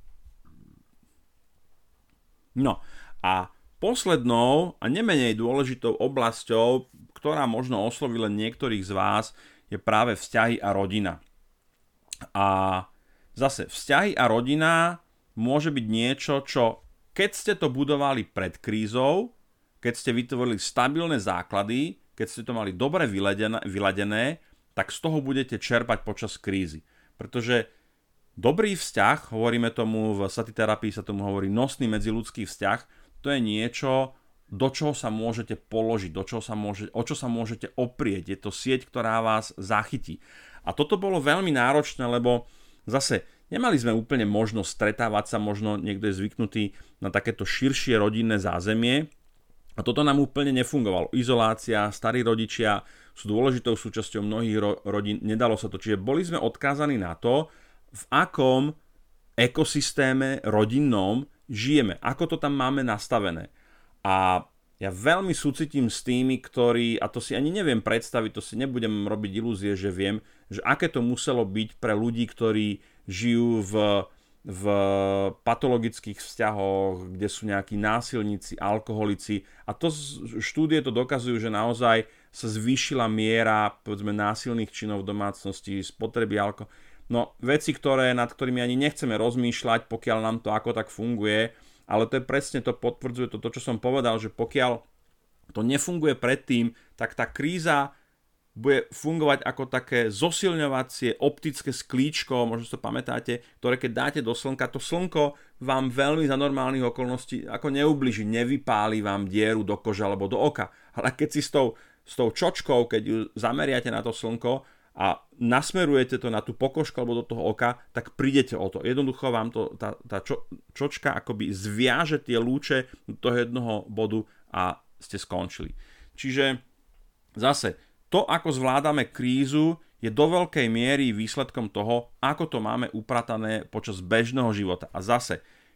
No a poslednou a nemenej dôležitou oblasťou, ktorá možno osloví len niektorých z vás, je práve vzťahy a rodina. A zase vzťahy a rodina môže byť niečo, čo keď ste to budovali pred krízou, keď ste vytvorili stabilné základy, keď ste to mali dobre vyladené, tak z toho budete čerpať počas krízy. Pretože dobrý vzťah, hovoríme tomu v satiterapii, sa tomu hovorí nosný medziľudský vzťah, to je niečo, do čoho sa môžete položiť, o čo sa môžete oprieť. Je to sieť, ktorá vás zachytí. A toto bolo veľmi náročné, lebo zase nemali sme úplne možnosť stretávať sa, možno niekto je zvyknutý na takéto širšie rodinné zázemie. A toto nám úplne nefungovalo. Izolácia, starí rodičia sú dôležitou súčasťou mnohých rodín, nedalo sa to. Čiže boli sme odkázaní na to, v akom ekosystéme rodinnom žijeme, ako to tam máme nastavené. A ja veľmi súcitím s tými, ktorí, a to si ani neviem predstaviť, to si nebudem robiť ilúzie, že viem, že aké to muselo byť pre ľudí, ktorí žijú v patologických vzťahoch, kde sú nejakí násilníci, alkoholici. A to štúdie to dokazujú, že naozaj sa zvýšila miera, povedzme, násilných činov v domácnosti, spotreby alkoholu. No, veci, nad ktorými ani nechceme rozmýšľať, pokiaľ nám to ako tak funguje, ale to je presne, to potvrdzuje to, čo som povedal, že pokiaľ to nefunguje predtým, tak tá kríza bude fungovať ako také zosilňovacie optické sklíčko, možno si to pamätáte, ktoré keď dáte do slnka, to slnko vám veľmi za normálnych okolností ako neublíži, nevypáli vám dieru do kože alebo do oka. Ale keď si s tou čočkou, keď ju zameriate na to slnko a nasmerujete to na tú pokožku alebo do toho oka, tak prídete o to. Jednoducho vám tá čočka akoby zviaže tie lúče do toho jednoho bodu a ste skončili. Čiže zase to, ako zvládame krízu, je do veľkej miery výsledkom toho, ako to máme upratané počas bežného života. A zase,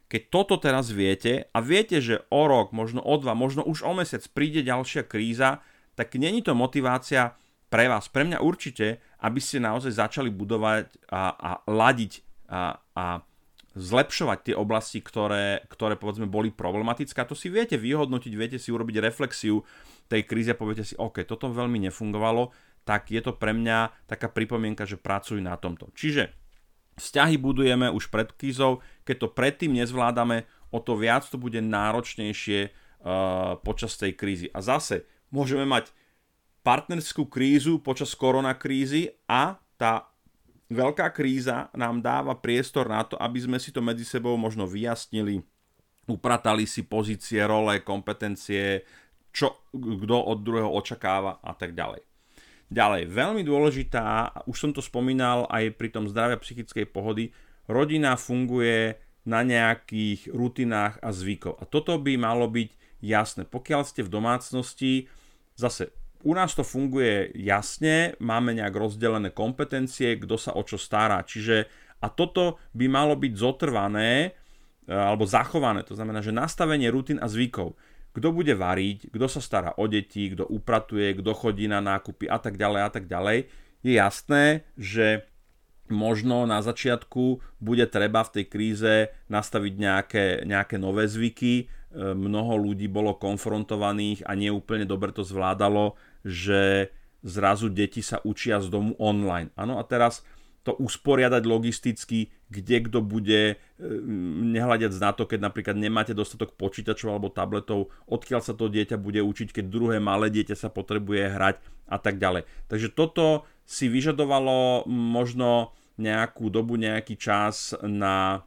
keď toto teraz viete a viete, že o rok, možno o 2, možno už o mesiac príde ďalšia kríza, tak není to motivácia pre vás, pre mňa určite, aby ste naozaj začali budovať a ladiť a zlepšovať tie oblasti, ktoré povedzme boli problematické. A to si viete vyhodnotiť, viete si urobiť reflexiu tej krízy a poviete si, OK, toto veľmi nefungovalo, tak je to pre mňa taká pripomienka, že pracuj na tomto. Čiže vzťahy budujeme už pred krízou, keď to predtým nezvládame, o to viac to bude náročnejšie počas tej krízy. A zase môžeme mať partnerskú krízu počas koronakrízy a tá veľká kríza nám dáva priestor na to, aby sme si to medzi sebou možno vyjasnili, upratali si pozície, role, kompetencie, čo kto od druhého očakáva a tak ďalej. Ďalej, veľmi dôležitá, už som to spomínal aj pri tom zdravia psychickej pohody, rodina funguje na nejakých rutinách a zvykoch. A toto by malo byť jasné. Pokiaľ ste v domácnosti, zase u nás to funguje jasne, máme nejak rozdelené kompetencie, kto sa o čo stará. Čiže, a toto by malo byť zotrvané alebo zachované. To znamená, že nastavenie rutín a zvykov. Kto bude variť, kto sa stará o deti, kto upratuje, kto chodí na nákupy a tak ďalej. Je jasné, že možno na začiatku bude treba v tej kríze nastaviť nejaké nové zvyky. Mnoho ľudí bolo konfrontovaných a neúplne dobre to zvládalo, že zrazu deti sa učia z domu online. Áno, a teraz to usporiadať logisticky, kde kto bude, nehľadiac na to, keď napríklad nemáte dostatok počítačov alebo tabletov, odkiaľ sa to dieťa bude učiť, keď druhé malé dieťa sa potrebuje hrať a tak ďalej. Takže toto si vyžadovalo možno nejakú dobu, nejaký čas na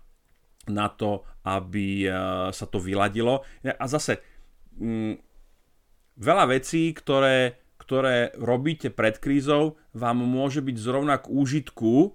to, aby sa to vyladilo. A zase veľa vecí, ktoré robíte pred krízou, vám môže byť zrovna k úžitku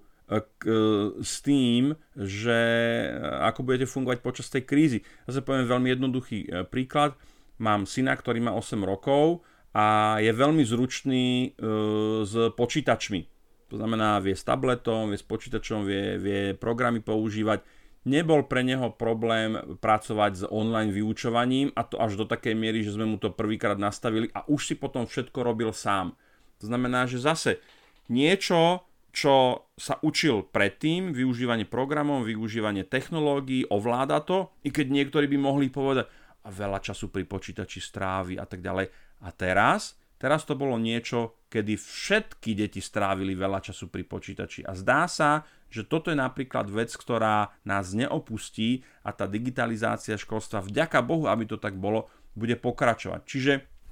s tým, že ako budete fungovať počas tej krízy. Zase poviem veľmi jednoduchý príklad. Mám syna, ktorý má 8 rokov a je veľmi zručný s počítačmi. To znamená, vie s tabletom, vie s počítačom, vie programy používať. Nebol pre neho problém pracovať s online vyučovaním, a to až do takej miery, že sme mu to prvýkrát nastavili a už si potom všetko robil sám. To znamená, že zase niečo, čo sa učil predtým, využívanie programov, využívanie technológií, ovláda to, i keď niektorí by mohli povedať, a veľa času pri počítači strávi a tak ďalej. A teraz to bolo niečo, kedy všetky deti strávili veľa času pri počítači. A zdá sa, že toto je napríklad vec, ktorá nás neopustí a tá digitalizácia školstva, vďaka Bohu, aby to tak bolo, bude pokračovať. Čiže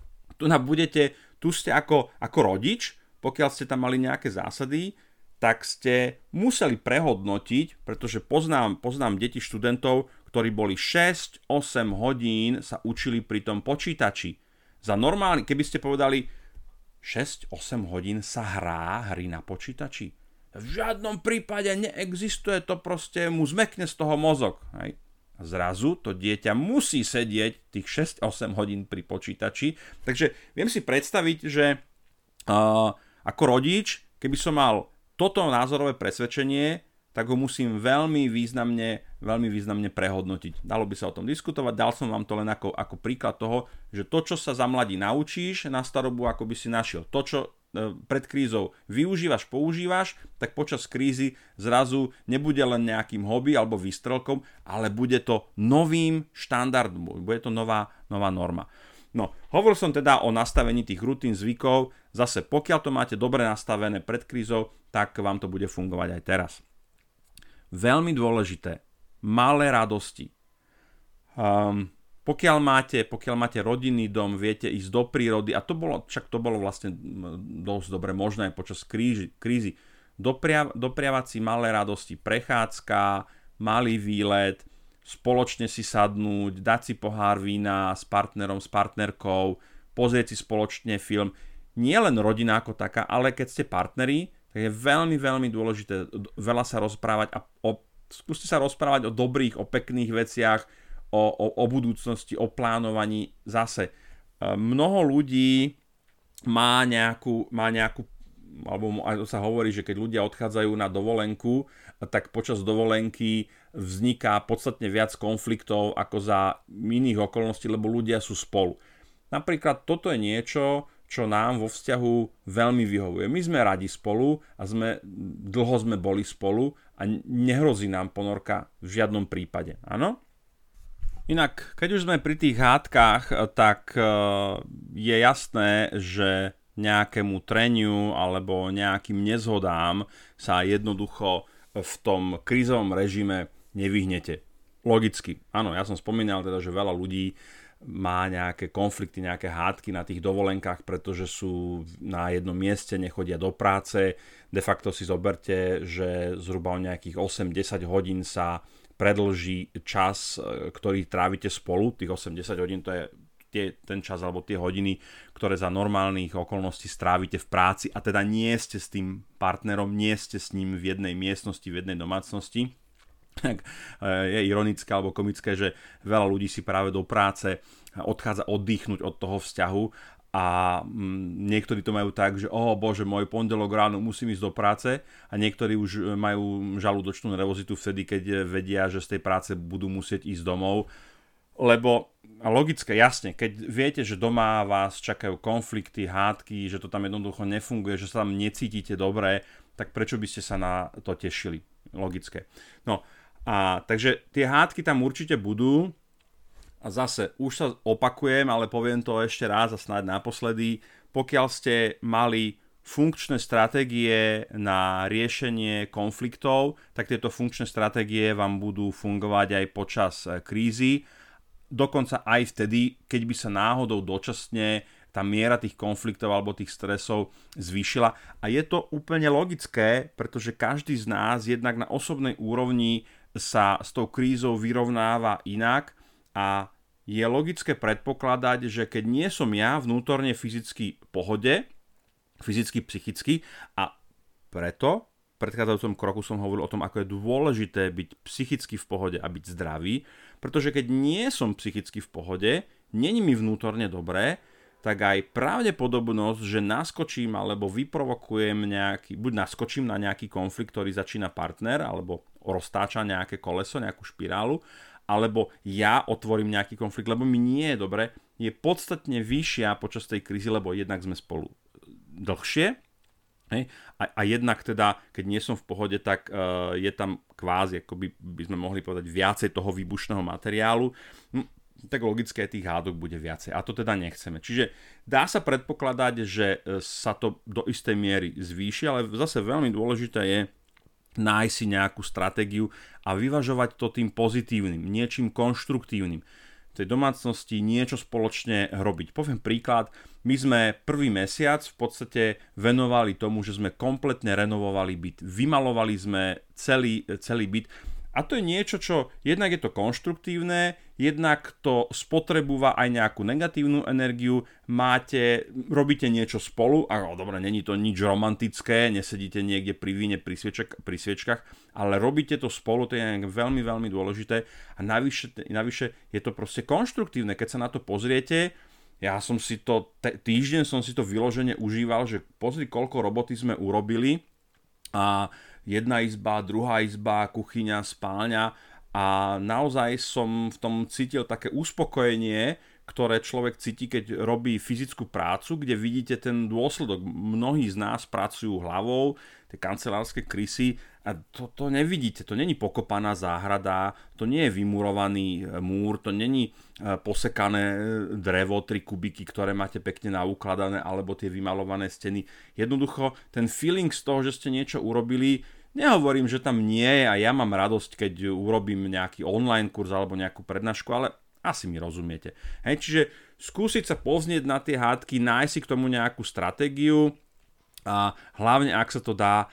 tu ste ako rodič, pokiaľ ste tam mali nejaké zásady, tak ste museli prehodnotiť, pretože poznám deti študentov, ktorí boli 6-8 hodín sa učili pri tom počítači. Za normálny, keby ste povedali 6-8 hodín sa hrá hry na počítači. V žiadnom prípade neexistuje, to proste mu zmekne z toho mozog. Hej. A zrazu to dieťa musí sedieť tých 6-8 hodín pri počítači. Takže viem si predstaviť, že ako rodič, keby som mal toto názorové presvedčenie, tak ho musím veľmi významne prehodnotiť. Dalo by sa o tom diskutovať, dal som vám to len ako príklad toho, že to, čo sa za mladí naučíš na starobu, ako by si našiel. To, čo pred krízou využívaš, používaš, tak počas krízy zrazu nebude len nejakým hobby alebo výstrelkom, ale bude to novým štandardom, bude to nová norma. No, hovoril som teda o nastavení tých rutín, zvykov. Zase, pokiaľ to máte dobre nastavené pred krízou, tak vám to bude fungovať aj teraz. Veľmi dôležité, malé radosti. Pokiaľ máte rodinný dom, viete ísť do prírody, a to bolo vlastne dosť dobre možné počas krízy. Dopriavať si malé radosti, prechádzka, malý výlet, spoločne si sadnúť, dať si pohár vína s partnerom, s partnerkou, pozrieť si spoločne film. Nie len rodina ako taká, ale keď ste partneri, tak je veľmi, veľmi dôležité veľa sa rozprávať a skúste sa rozprávať o dobrých, o pekných veciach, o budúcnosti, o plánovaní. Zase mnoho ľudí má nejakú alebo aj to sa hovorí, že keď ľudia odchádzajú na dovolenku, tak počas dovolenky vzniká podstatne viac konfliktov ako za iných okolností, lebo ľudia sú spolu. Napríklad toto je niečo, čo nám vo vzťahu veľmi vyhovuje. My sme radi spolu a dlho sme boli spolu a nehrozí nám ponorka v žiadnom prípade. Áno? Inak, keď už sme pri tých hádkach, tak je jasné, že nejakému treniu alebo nejakým nezhodám sa jednoducho v tom krízovom režime nevyhnete. Logicky. Áno, ja som spomínal teda, že veľa ľudí má nejaké konflikty, nejaké hádky na tých dovolenkách, pretože sú na jednom mieste, nechodia do práce. De facto si zoberte, že zhruba o nejakých 8-10 hodín sa predĺží čas, ktorý trávite spolu. Tých 8-10 hodín to je ten čas alebo tie hodiny, ktoré za normálnych okolností strávite v práci a teda nie ste s tým partnerom, nie ste s ním v jednej miestnosti, v jednej domácnosti. Tak je ironické alebo komické, že veľa ľudí si práve do práce odchádza oddychnúť od toho vzťahu a niektorí to majú tak, že bože, môj pondelok ráno musím ísť do práce a niektorí už majú žalúdočnú nervozitu vtedy, keď vedia, že z tej práce budú musieť ísť domov. Lebo logické, jasne, keď viete, že doma vás čakajú konflikty, hádky, že to tam jednoducho nefunguje, že sa tam necítite dobre, tak prečo by ste sa na to tešili? Logické. No a takže tie hádky tam určite budú. A zase, už sa opakujem, ale poviem to ešte raz a snáď naposledy. Pokiaľ ste mali funkčné stratégie na riešenie konfliktov, tak tieto funkčné stratégie vám budú fungovať aj počas krízy. Dokonca aj vtedy, keď by sa náhodou dočasne tá miera tých konfliktov alebo tých stresov zvýšila. A je to úplne logické, pretože každý z nás jednak na osobnej úrovni sa s tou krízou vyrovnáva inak a je logické predpokladať, že keď nie som ja vnútorne fyzicky v pohode, fyzicky, psychicky a preto v predchádzajúcom kroku som hovoril o tom, ako je dôležité byť psychicky v pohode a byť zdravý, pretože keď nie som psychicky v pohode, není mi vnútorne dobré, tak aj pravdepodobnosť, že naskočím alebo vyprovokujem buď naskočím na nejaký konflikt, ktorý začína partner, alebo roztáča nejaké koleso, nejakú špirálu, alebo ja otvorím nejaký konflikt, lebo mi nie je dobre, je podstatne vyššia počas tej krízy, lebo jednak sme spolu dlhšie, hej? A jednak teda, keď nie som v pohode, tak je tam kvázi, ako by sme mohli povedať, viacej toho výbušného materiálu, tak logické tých hádok bude viacej. A to teda nechceme. Čiže dá sa predpokladať, že sa to do istej miery zvýši, ale zase veľmi dôležité je nájsť si nejakú stratégiu a vyvažovať to tým pozitívnym, niečím konštruktívnym. V tej domácnosti niečo spoločne robiť. Poviem príklad, my sme prvý mesiac v podstate venovali tomu, že sme kompletne renovovali byt. Vymalovali sme celý byt. A to je niečo, čo jednak je to konštruktívne, jednak to spotrebúva aj nejakú negatívnu energiu, robíte niečo spolu, a dobre, není to nič romantické, nesedíte niekde pri víne, pri sviečkach, ale robíte to spolu, to je veľmi, veľmi dôležité a navyše je to proste konštruktívne, keď sa na to pozriete. Ja som si to, týždeň som si to vyložene užíval, že pozri, koľko roboty sme urobili a jedna izba, druhá izba, kuchyňa, spálňa a naozaj som v tom cítil také uspokojenie, ktoré človek cíti, keď robí fyzickú prácu, kde vidíte ten dôsledok. Mnohí z nás pracujú hlavou, tie kancelárske krysy a to nevidíte, to není pokopaná záhrada, to nie je vymurovaný múr, to není posekané drevo, 3 kubiky, ktoré máte pekne naukladané, alebo tie vymalované steny. Jednoducho, ten feeling z toho, že ste niečo urobili, nehovorím, že tam nie je a ja mám radosť, keď urobím nejaký online kurz alebo nejakú prednášku, ale asi mi rozumiete. Hej, čiže skúsiť sa povznieť na tie hádky, nájsť si k tomu nejakú stratégiu a hlavne, ak sa to dá,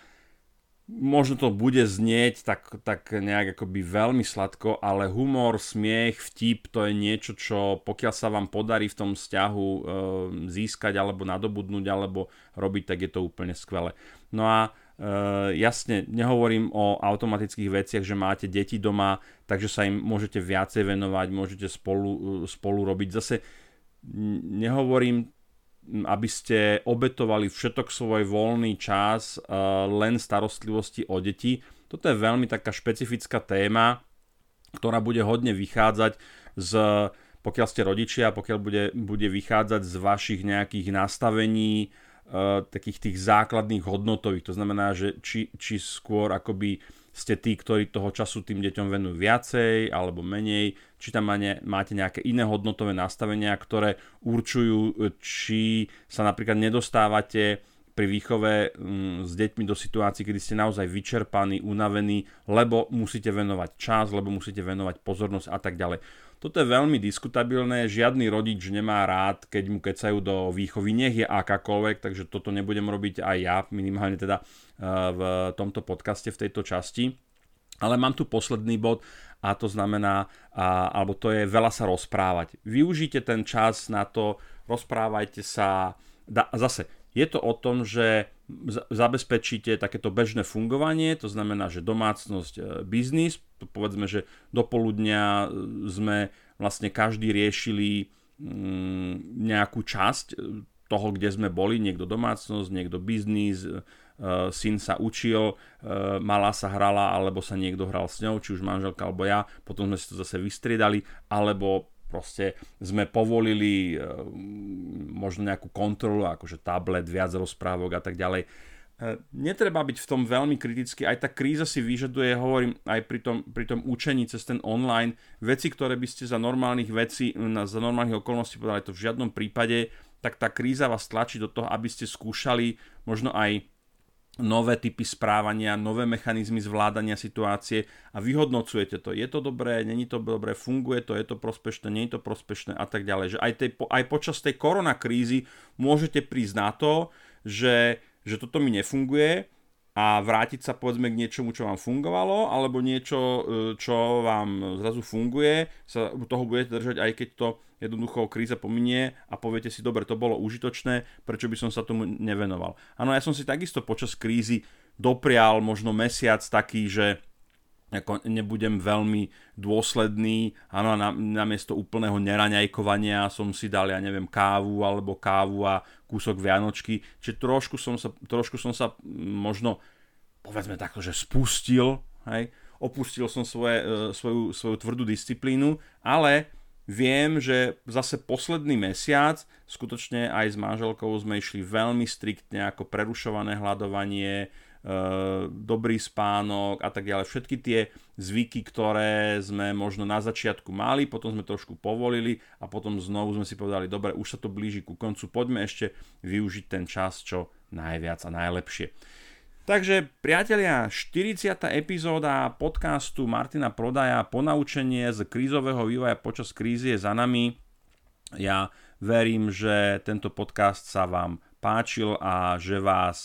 možno to bude znieť tak nejak akoby veľmi sladko, ale humor, smiech, vtip, to je niečo, čo pokiaľ sa vám podarí v tom vzťahu získať alebo nadobudnúť alebo robiť, tak je to úplne skvelé. No a jasne, nehovorím o automatických veciach, že máte deti doma, takže sa im môžete viacej venovať, môžete spolu robiť. Zase nehovorím aby ste obetovali všetok svoj voľný čas len starostlivosti o deti. Toto je veľmi taká špecifická téma, ktorá bude hodne vychádzať pokiaľ ste rodičia, pokiaľ bude vychádzať z vašich nejakých nastavení, takých tých základných hodnotových. To znamená, že či skôr akoby ste tí, ktorí toho času tým deťom venujú viacej alebo menej, či tam máte nejaké iné hodnotové nastavenia, ktoré určujú, či sa napríklad nedostávate pri výchove s deťmi do situácií, kedy ste naozaj vyčerpaní, unavení, lebo musíte venovať čas, lebo musíte venovať pozornosť a tak ďalej. Toto je veľmi diskutabilné, žiadny rodič nemá rád, keď mu kecajú do výchovy, nech je akákoľvek, takže toto nebudem robiť aj ja, minimálne teda v tomto podcaste v tejto časti. Ale mám tu posledný bod a to znamená, alebo to je veľa sa rozprávať. Využite ten čas na to, rozprávajte sa, zase je to o tom, že zabezpečíte takéto bežné fungovanie, to znamená, že domácnosť, biznis, povedzme, že do poludnia sme vlastne každý riešili nejakú časť toho, kde sme boli, niekto domácnosť, niekto biznis, syn sa učil, malá sa hrala, alebo sa niekto hral s ňou, či už manželka alebo ja, potom sme si to zase vystriedali, alebo proste sme povolili možno nejakú kontrolu, akože tablet, viac rozprávok a tak ďalej. Netreba byť v tom veľmi kritický, aj tá kríza si vyžaduje, hovorím, aj pri tom učení cez ten online, veci, ktoré by ste za normálnych okolností povedali to v žiadnom prípade, tak tá kríza vás tlačí do toho, aby ste skúšali možno aj nové typy správania, nové mechanizmy zvládania situácie a vyhodnocujete to. Je to dobré, není to dobré, funguje to, je to prospešné, nie je to prospešné a tak ďalej. Že aj počas tej koronakrízy môžete prísť na to, že toto mi nefunguje a vrátiť sa povedzme k niečomu, čo vám fungovalo, alebo niečo, čo vám zrazu funguje, sa toho budete držať, aj keď to jednoducho kríza pominie a poviete si, dobre, to bolo užitočné, prečo by som sa tomu nevenoval. Áno, ja som si takisto počas krízy doprial možno mesiac taký, že ako nebudem veľmi dôsledný, áno, namiesto úplného neraňajkovania som si dal, ja neviem, kávu a kúsok vianočky, čiže trošku som sa možno, povedzme takto, že spustil, hej, opustil som svoju tvrdú disciplínu, ale viem, že zase posledný mesiac, skutočne aj s manželkou sme išli veľmi striktne, ako prerušované hľadovanie, dobrý spánok a tak ďalej. Všetky tie zvyky, ktoré sme možno na začiatku mali, potom sme trošku povolili a potom znovu sme si povedali, dobre, už sa to blíži ku koncu, poďme ešte využiť ten čas čo najviac a najlepšie. Takže priatelia, 40. epizóda podcastu Martina Prodaja Ponaučenie z krízového vývoja počas krízy je za nami. Ja verím, že tento podcast sa vám páčil a že vás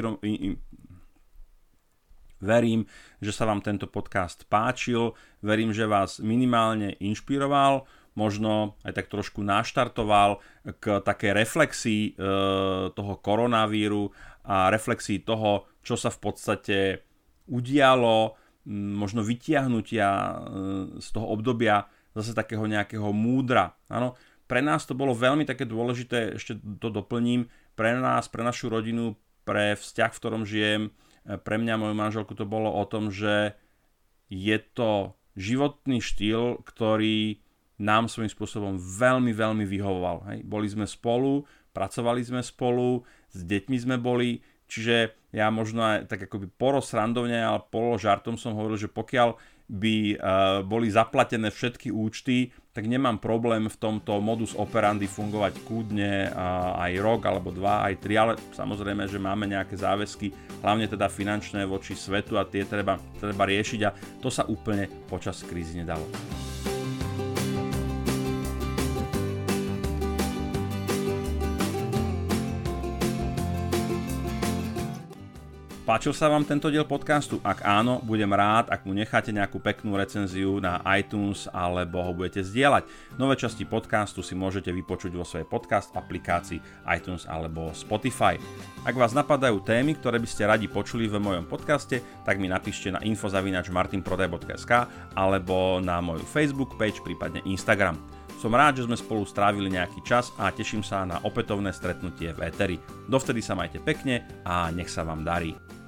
Verím, že sa vám tento podcast páčil, verím, že vás minimálne inšpiroval, možno aj tak trošku naštartoval k takej reflexii toho koronavíru a reflexii toho, čo sa v podstate udialo, možno vytiahnutia z toho obdobia zase takého nejakého múdra. Áno, pre nás to bolo veľmi také dôležité, ešte to doplním, pre nás, pre našu rodinu, pre vzťah, v ktorom žijem, pre mňa, moju manželku, to bolo o tom, že je to životný štýl, ktorý nám svojím spôsobom veľmi, veľmi vyhovoval. Hej. Boli sme spolu, pracovali sme spolu, s deťmi sme boli, čiže ja možno aj tak akoby porozrandovne, ale položartom som hovoril, že pokiaľ by boli zaplatené všetky účty, tak nemám problém v tomto modus operandi fungovať kľudne aj rok, alebo 2, aj 3, ale samozrejme, že máme nejaké záväzky, hlavne teda finančné voči svetu a tie treba riešiť a to sa úplne počas krízy nedalo. Páčil sa vám tento diel podcastu? Ak áno, budem rád, ak mu necháte nejakú peknú recenziu na iTunes alebo ho budete zdieľať. Nové časti podcastu si môžete vypočuť vo svojej podcast aplikácii iTunes alebo Spotify. Ak vás napadajú témy, ktoré by ste radi počuli v mojom podcaste, tak mi napíšte na info@martinprodaj.sk alebo na moju Facebook page, prípadne Instagram. Som rád, že sme spolu strávili nejaký čas a teším sa na opätovné stretnutie v éteri. Dovtedy sa majte pekne a nech sa vám darí.